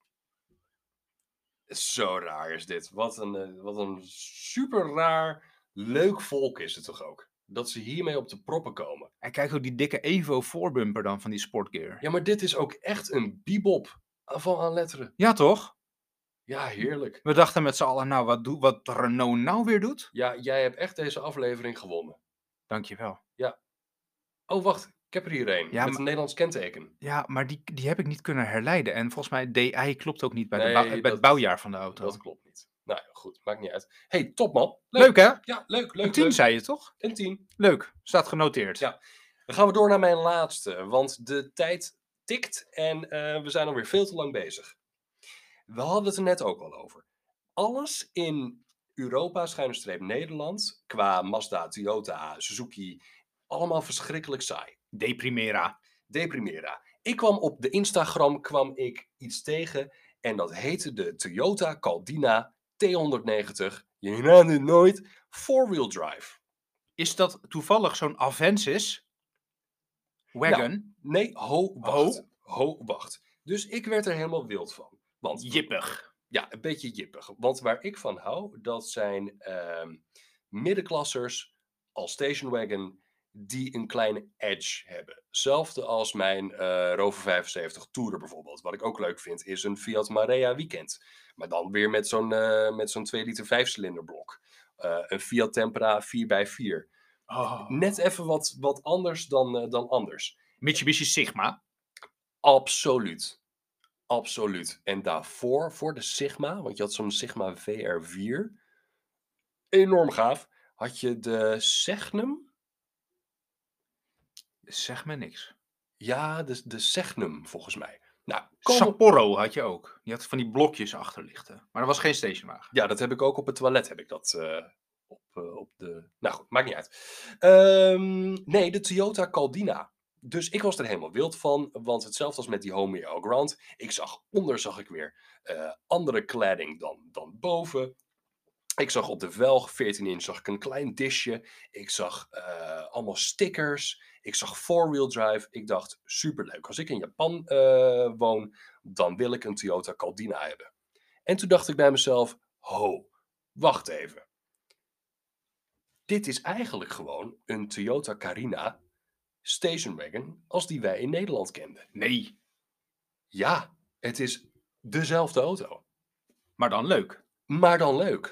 Speaker 1: Zo raar is dit. Wat een, uh, wat een super raar, leuk volk is het toch ook. Dat ze hiermee op de proppen komen.
Speaker 2: En kijk ook die dikke Evo voorbumper dan van die Sportgear.
Speaker 1: Ja, maar dit is ook echt een bebop van aan letteren.
Speaker 2: Ja, toch?
Speaker 1: Ja, heerlijk.
Speaker 2: We dachten met z'n allen, nou, wat, doe, wat Renault nou weer doet?
Speaker 1: Ja, jij hebt echt deze aflevering gewonnen.
Speaker 2: Dankjewel.
Speaker 1: Oh, wacht. Ik heb er hier een.
Speaker 2: Ja,
Speaker 1: met
Speaker 2: maar-
Speaker 1: een Nederlands kenteken.
Speaker 2: Ja, maar die, die heb ik niet kunnen herleiden. En volgens mij, D I klopt ook niet bij, de
Speaker 1: Nee,
Speaker 2: bouw- bij
Speaker 1: dat-
Speaker 2: het bouwjaar van de auto.
Speaker 1: Dat klopt niet. Nou ja, goed. Maakt niet uit. Hey, top man.
Speaker 2: Leuk, hè?
Speaker 1: Ja, leuk, leuk,
Speaker 2: Een tien
Speaker 1: leuk.
Speaker 2: zei je toch?
Speaker 1: Een tien.
Speaker 2: Leuk, staat genoteerd.
Speaker 1: Ja. Dan gaan we door naar mijn laatste. Want de tijd tikt en eh, we zijn alweer veel te lang bezig. We hadden het er net ook al over. Alles in Europa, schuine streep Nederland, qua Mazda, Toyota, Suzuki, allemaal verschrikkelijk saai.
Speaker 2: Deprimera.
Speaker 1: Deprimera. Ik kwam op de Instagram kwam ik iets tegen en dat heette de Toyota Caldina T honderdnegentig. Je raadt het nooit. Four-wheel drive.
Speaker 2: Is dat toevallig zo'n Avensis wagon?
Speaker 1: Nee, ho, wacht. Ho, wacht. Dus ik werd er helemaal wild van. Want
Speaker 2: Jippig.
Speaker 1: ja, een beetje jippig. Want waar ik van hou, dat zijn ehm, middenklassers als stationwagon die een kleine edge hebben. Hetzelfde als mijn eh Rover vijfenzeventig Tourer bijvoorbeeld. Wat ik ook leuk vind, is een Fiat Marea Weekend. Maar dan weer met zo'n eh, met zo'n twee liter vijfcilinder blok. Eh, een Fiat Tempera vier bij vier.
Speaker 2: Oh.
Speaker 1: Net even wat, wat anders dan, eh, dan anders.
Speaker 2: Mitsubishi Sigma.
Speaker 1: Absoluut. Absoluut. En daarvoor, voor de Sigma, want je had zo'n Sigma V R vier. Enorm gaaf. Had je de Segnum?
Speaker 2: Zeg me niks.
Speaker 1: Ja, de, de Segnum volgens mij. Nou, komen-
Speaker 2: Sapporo had je ook. Die had van die blokjes achterlichten. Maar dat was geen stationwagen.
Speaker 1: ja, dat heb ik ook op het toilet. Heb ik dat eh, op, eh, op de. Nou goed, maakt niet uit. Ehm, nee, de Toyota Caldina. Dus ik was er helemaal wild van, want hetzelfde als met die Homey El Grand. Ik zag onder zag ik weer eh, andere cladding dan, dan boven. Ik zag op de velg, veertien inch, zag ik een klein disje. Ik zag eh, allemaal stickers. Ik zag four-wheel drive. Ik dacht, superleuk. Als ik in Japan eh, woon, dan wil ik een Toyota Caldina hebben. En toen dacht ik bij mezelf, ho, wacht even. Dit is eigenlijk gewoon een Toyota Carina station wagon als die wij in Nederland kenden.
Speaker 2: Nee,
Speaker 1: Ja, het is dezelfde auto,
Speaker 2: maar dan leuk.
Speaker 1: maar dan leuk.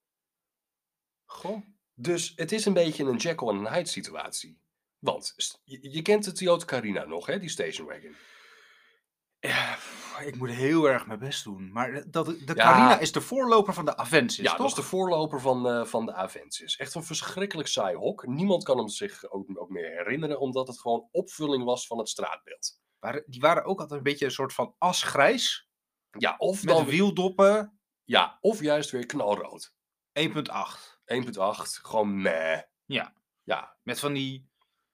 Speaker 2: Goh.
Speaker 1: Dus het is een beetje een Jekyll en Hyde situatie. Want st- je, je kent de Toyota Carina nog, hè, die station wagon.
Speaker 2: Ja, pff, ik moet heel erg mijn best doen. Maar dat, de
Speaker 1: Ja.
Speaker 2: Carina is de voorloper van de Avensis,
Speaker 1: Ja,
Speaker 2: toch?
Speaker 1: dat is de voorloper van, eh, van de Avensis. Echt een verschrikkelijk saai hok. Niemand kan hem zich ook, ook meer herinneren, omdat het gewoon opvulling was van het straatbeeld.
Speaker 2: Waren- die waren ook altijd een beetje een soort van asgrijs.
Speaker 1: Ja, of,
Speaker 2: Met
Speaker 1: dan,
Speaker 2: wieldoppen.
Speaker 1: ja, of juist weer knalrood.
Speaker 2: één komma acht.
Speaker 1: één komma acht, gewoon meh.
Speaker 2: Ja.
Speaker 1: Ja,
Speaker 2: Met van die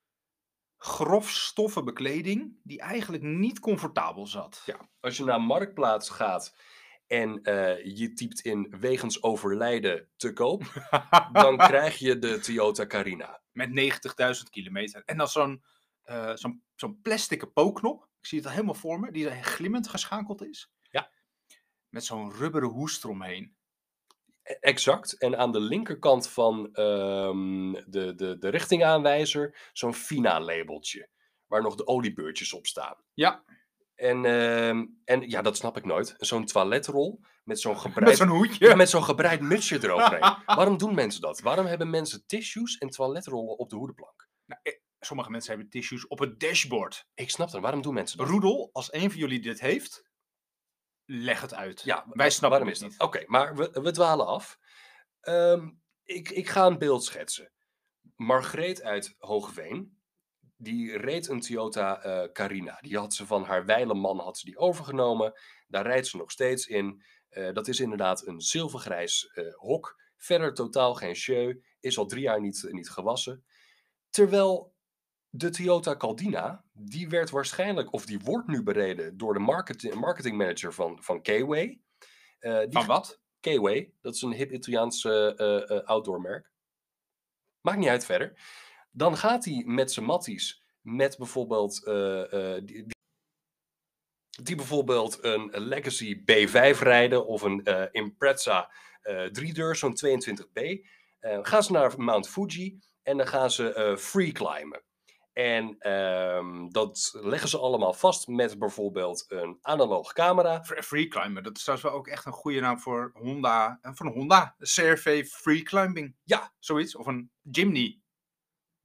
Speaker 2: grofstoffen bekleding die eigenlijk niet comfortabel zat.
Speaker 1: ja. Als je naar Marktplaats gaat en eh, je typt in wegens overlijden te koop, dan krijg je de Toyota Carina.
Speaker 2: Met negentigduizend kilometer. En dan zo'n eh, zo'n zo'n plastic pooknop. Ik zie het al helemaal voor me. Die er glimmend geschakeld is.
Speaker 1: Ja.
Speaker 2: Met zo'n rubberen hoest eromheen.
Speaker 1: E- Exact. En aan de linkerkant van ehm, de, de, de richtingaanwijzer zo'n Fina-labeltje. Waar nog de oliebeurtjes op staan.
Speaker 2: Ja.
Speaker 1: En, ehm, en ja, dat snap ik nooit. Zo'n toiletrol met zo'n
Speaker 2: Met
Speaker 1: gebreid,
Speaker 2: zo'n hoedje.
Speaker 1: ja, met zo'n gebreid mutsje eroverheen. Waarom doen mensen dat? Waarom hebben mensen tissues en toiletrollen op de hoedenplank?
Speaker 2: Nou, eh, sommige mensen hebben tissues op het dashboard.
Speaker 1: Ik snap dat. Waarom doen mensen dat?
Speaker 2: Roedel, als een van jullie dit heeft, leg het uit.
Speaker 1: Ja,
Speaker 2: Wij
Speaker 1: wa-
Speaker 2: snappen
Speaker 1: waarom
Speaker 2: het
Speaker 1: is dat?
Speaker 2: niet.
Speaker 1: Oké, maar we, we dwalen af. Ehm, ik, ik ga een beeld schetsen. Margreet uit Hoogeveen, die reed een Toyota eh, Carina. Die had ze van haar wijle man had ze die overgenomen. Daar rijdt ze nog steeds in. Eh, dat is inderdaad een zilvergrijs eh, hok. Verder totaal geen sjeu. Is al drie jaar niet, niet gewassen. Terwijl de Toyota Caldina, die werd waarschijnlijk, of die wordt nu bereden door de marketing, marketingmanager van, van K-Way. Eh, die
Speaker 2: Van wat?
Speaker 1: K-Way, dat is een hip Italiaans eh, eh, eh, outdoormerk. Maakt niet uit verder. Dan gaat hij met zijn matties, met bijvoorbeeld, eh, eh, die, die bijvoorbeeld een Legacy B vijf rijden of een eh, Impreza eh drie-deur, zo'n tweeëntwintig B. Eh, gaan ze naar Mount Fuji en dan gaan ze eh, free climben. En ehm, dat leggen ze allemaal vast met bijvoorbeeld een analoge camera.
Speaker 2: Fre- Free Climber, dat is trouwens wel ook echt een goede naam voor Honda. eh, Voor een Honda, C R V Free Climbing.
Speaker 1: Ja.
Speaker 2: Zoiets, of een Jimny.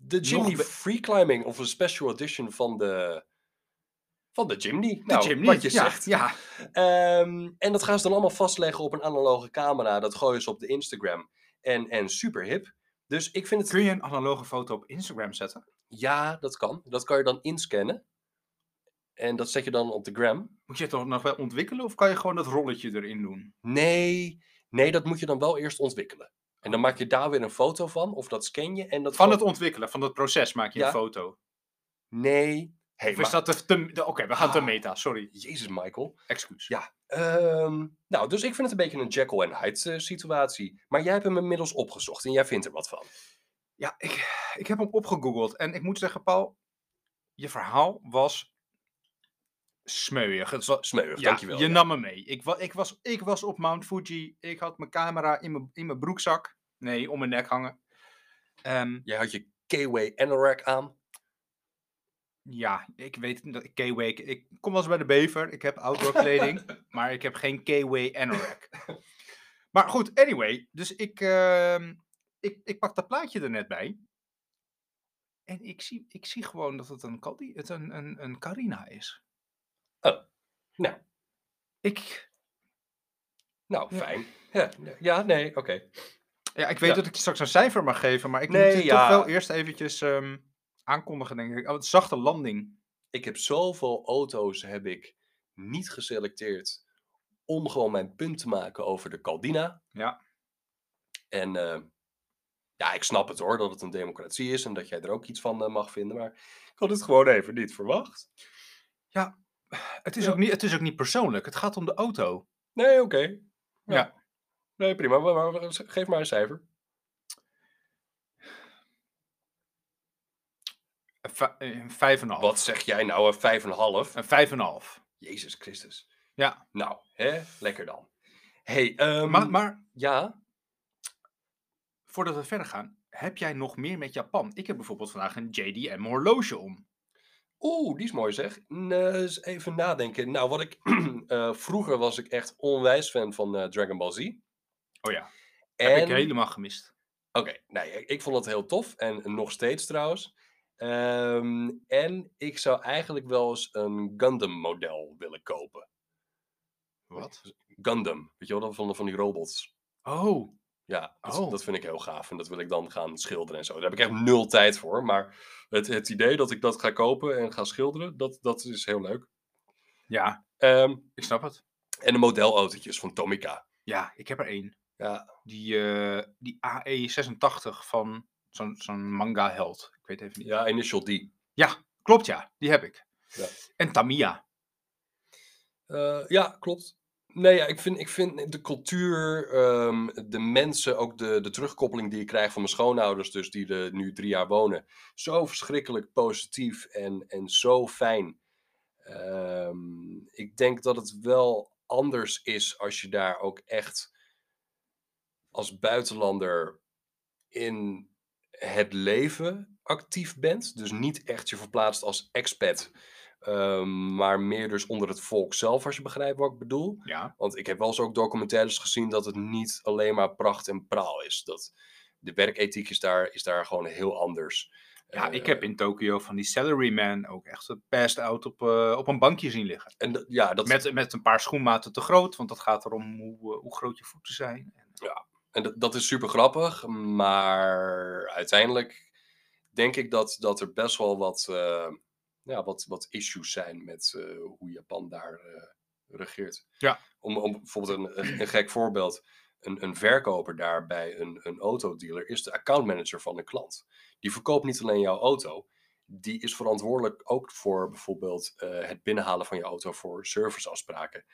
Speaker 1: De Jimny
Speaker 2: be-
Speaker 1: Free Climbing of een special edition van de, van de Jimny.
Speaker 2: De
Speaker 1: Nou,
Speaker 2: Jimny,
Speaker 1: wat je
Speaker 2: ja,
Speaker 1: zegt.
Speaker 2: ja.
Speaker 1: Ehm, en dat gaan ze dan allemaal vastleggen op een analoge camera. Dat gooien ze op de Instagram. En, en super hip. Dus ik vind het...
Speaker 2: Kun je een analoge foto op Instagram zetten?
Speaker 1: Ja, dat kan. Dat kan je dan inscannen. En dat zet je dan op de gram.
Speaker 2: Moet je het toch nog wel ontwikkelen of kan je gewoon dat rolletje erin doen?
Speaker 1: Nee, nee, dat moet je dan wel eerst ontwikkelen. En dan maak je daar weer een foto van. Of dat scan je. En dat
Speaker 2: Van
Speaker 1: gooi-
Speaker 2: het ontwikkelen, van het proces maak je
Speaker 1: Ja.
Speaker 2: een foto.
Speaker 1: Nee. Hey,
Speaker 2: Of
Speaker 1: maar...
Speaker 2: is dat de... te- de- Oké, we gaan te
Speaker 1: Ah.
Speaker 2: meta, sorry.
Speaker 1: Jezus, Michael.
Speaker 2: Excuus.
Speaker 1: Ja, ehm, nou, dus ik vind het een beetje een Jekyll en Hyde eh, situatie. Maar jij hebt hem inmiddels opgezocht en jij vindt er wat van.
Speaker 2: Ja, ik, ik heb hem opgegoogeld en ik moet zeggen, Paul, je verhaal was smeuig. Het was,
Speaker 1: Smeuig,
Speaker 2: ja,
Speaker 1: dankjewel.
Speaker 2: je
Speaker 1: ja.
Speaker 2: nam me mee. Ik, wa, ik, was, ik was op Mount Fuji, ik had mijn camera in mijn, in mijn broekzak. Nee, om mijn nek hangen. Ehm,
Speaker 1: Jij had je K-Way anorak aan.
Speaker 2: ja, ik weet dat K-Way, ik, ik kom wel eens bij de Bever, ik heb outdoor kleding, maar ik heb geen K-Way anorak. Maar goed, anyway, dus ik, ehm, ik, ik pak dat plaatje er net bij. En ik zie, ik zie gewoon dat het een, Caldi- het een, een, een Carina is.
Speaker 1: Oh, nou,
Speaker 2: Ik,
Speaker 1: nou,
Speaker 2: Ja.
Speaker 1: fijn. Ja, nee, ja, nee, oké.
Speaker 2: ja, ik weet
Speaker 1: Ja.
Speaker 2: dat ik je straks een cijfer mag geven, maar ik
Speaker 1: Nee,
Speaker 2: moet dit
Speaker 1: ja.
Speaker 2: toch wel eerst eventjes ehm, aankondigen, denk ik. Oh, het zachte landing.
Speaker 1: Ik heb zoveel auto's heb ik niet geselecteerd om gewoon mijn punt te maken over de Caldina.
Speaker 2: Ja.
Speaker 1: En eh, ja, ik snap het hoor, dat het een democratie is en dat jij er ook iets van eh, mag vinden. Maar ik had het gewoon even niet verwacht.
Speaker 2: Ja, het is,
Speaker 1: Ja.
Speaker 2: Ook niet, het is ook niet persoonlijk. Het gaat om de auto.
Speaker 1: Nee, oké. Ja.
Speaker 2: Ja.
Speaker 1: Nee, prima. Maar, maar- maar geef maar een cijfer.
Speaker 2: Een vi- Een vijf en een half.
Speaker 1: Wat zeg jij nou, een vijf en een half?
Speaker 2: Een vijf en een half.
Speaker 1: Jezus Christus.
Speaker 2: Ja.
Speaker 1: Nou, hè? Lekker dan. Hey, ehm,
Speaker 2: Maar, maar
Speaker 1: ja?
Speaker 2: voordat we verder gaan, heb jij nog meer met Japan? Ik heb bijvoorbeeld vandaag een J D M horloge om.
Speaker 1: Oeh, die is mooi zeg. Nee, eens even nadenken. Nou, wat ik... eh, vroeger was ik echt onwijs fan van eh, Dragon Ball Z.
Speaker 2: Oh ja,
Speaker 1: En...
Speaker 2: heb ik helemaal gemist.
Speaker 1: Oké, nee, ik, ik vond het heel tof. En nog steeds trouwens. Ehm, en ik zou eigenlijk wel eens een Gundam model willen kopen.
Speaker 2: Wat?
Speaker 1: Gundam, weet je wel, dat van, van die robots.
Speaker 2: Oh,
Speaker 1: Ja, dat,
Speaker 2: Oh.
Speaker 1: dat vind ik heel gaaf. En dat wil ik dan gaan schilderen en zo. Daar heb ik echt nul tijd voor. Maar het, het idee dat ik dat ga kopen en ga schilderen, dat, dat is heel leuk.
Speaker 2: ja,
Speaker 1: Ehm,
Speaker 2: ik snap het.
Speaker 1: en de modelautootjes van Tomica.
Speaker 2: Ja, ik heb er één.
Speaker 1: Ja,
Speaker 2: Die, eh, die A E zesentachtig van zo'n zo'n manga-held. Ik weet even niet.
Speaker 1: ja, Initial D.
Speaker 2: Ja, klopt ja. Die heb ik.
Speaker 1: Ja.
Speaker 2: En Tamiya.
Speaker 1: Eh, ja, klopt. Nee, ja, ik, vind, ik vind de cultuur, ehm, de mensen, ook de, de terugkoppeling die ik krijg van mijn schoonouders, dus die er nu drie jaar wonen, zo verschrikkelijk positief en, en zo fijn. Ehm, ik denk dat het wel anders is als je daar ook echt als buitenlander in het leven actief bent. Dus niet echt je verplaatst als expat. Ehm, maar meer dus onder het volk zelf, als je begrijpt wat ik bedoel.
Speaker 2: Ja.
Speaker 1: Want ik heb wel eens ook documentaires gezien dat het niet alleen maar pracht en praal is. Dat de werkethiek is daar, is daar gewoon heel anders.
Speaker 2: Ja,
Speaker 1: Eh,
Speaker 2: ik heb in Tokio van die salaryman ook echt passed out op, eh, op een bankje zien liggen.
Speaker 1: En dat- ja, dat,
Speaker 2: Met, met een paar schoenmaten te groot, want dat gaat erom hoe, eh, hoe groot je voeten zijn.
Speaker 1: En dat, dat is super grappig, maar uiteindelijk denk ik dat, dat er best wel wat, eh, ja, wat, wat issues zijn met eh, hoe Japan daar eh, regeert.
Speaker 2: Ja.
Speaker 1: Om, om bijvoorbeeld een, een, een gek voorbeeld. Een, een verkoper daar bij een, een autodealer is de accountmanager van een klant. Die verkoopt niet alleen jouw auto, die is verantwoordelijk ook voor bijvoorbeeld eh, het binnenhalen van je auto voor serviceafspraken.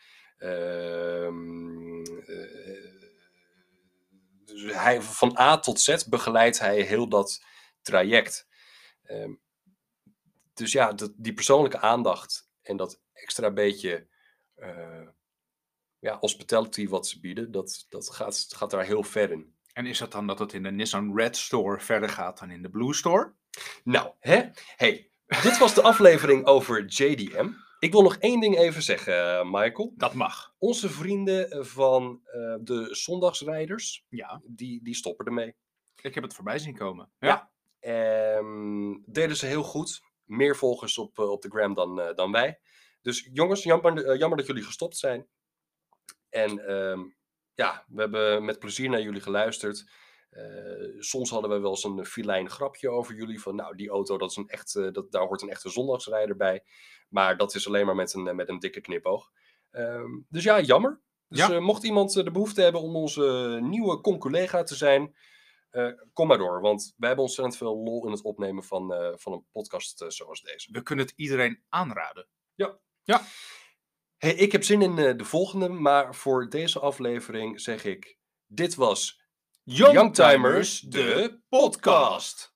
Speaker 1: Ehm eh, dus hij, van A tot Z begeleidt hij heel dat traject. Ehm, dus ja, dat, die persoonlijke aandacht en dat extra beetje eh, ja, hospitality wat ze bieden, dat, dat gaat, gaat daar heel ver in.
Speaker 2: En is dat dan dat het in de Nissan Red Store verder gaat dan in de Blue Store?
Speaker 1: Nou, hè? Hey, dit was de aflevering over J D M. Ik wil nog één ding even zeggen, eh, Michael.
Speaker 2: Dat mag.
Speaker 1: Onze vrienden van eh, de zondagsrijders,
Speaker 2: Ja,
Speaker 1: die, die stoppen ermee.
Speaker 2: ik heb het voorbij zien komen.
Speaker 1: Ja. Um, deden ze heel goed. Meer volgers op, uh, op de gram dan, uh, dan wij. Dus jongens, jammer, uh, jammer dat jullie gestopt zijn. En um, ja, we hebben met plezier naar jullie geluisterd. Uh, soms hadden we wel eens een filijn grapje over jullie. Van nou, die auto, dat is een echt, uh, dat, daar hoort een echte zondagsrijder bij. Maar dat is alleen maar met een, met een dikke knipoog. Um, dus ja, jammer. Dus
Speaker 2: Ja.
Speaker 1: uh, mocht iemand uh, de behoefte hebben om onze nieuwe conculega te zijn... Uh, kom maar door, want wij hebben ontzettend veel lol in het opnemen van, uh, van een podcast uh, zoals deze.
Speaker 2: We kunnen het iedereen aanraden.
Speaker 1: Ja.
Speaker 2: Ja.
Speaker 1: Hey, ik heb zin in uh, de volgende, maar voor deze aflevering zeg ik... Dit was Youngtimers, de podcast.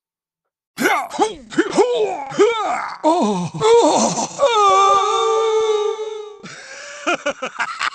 Speaker 4: Oh.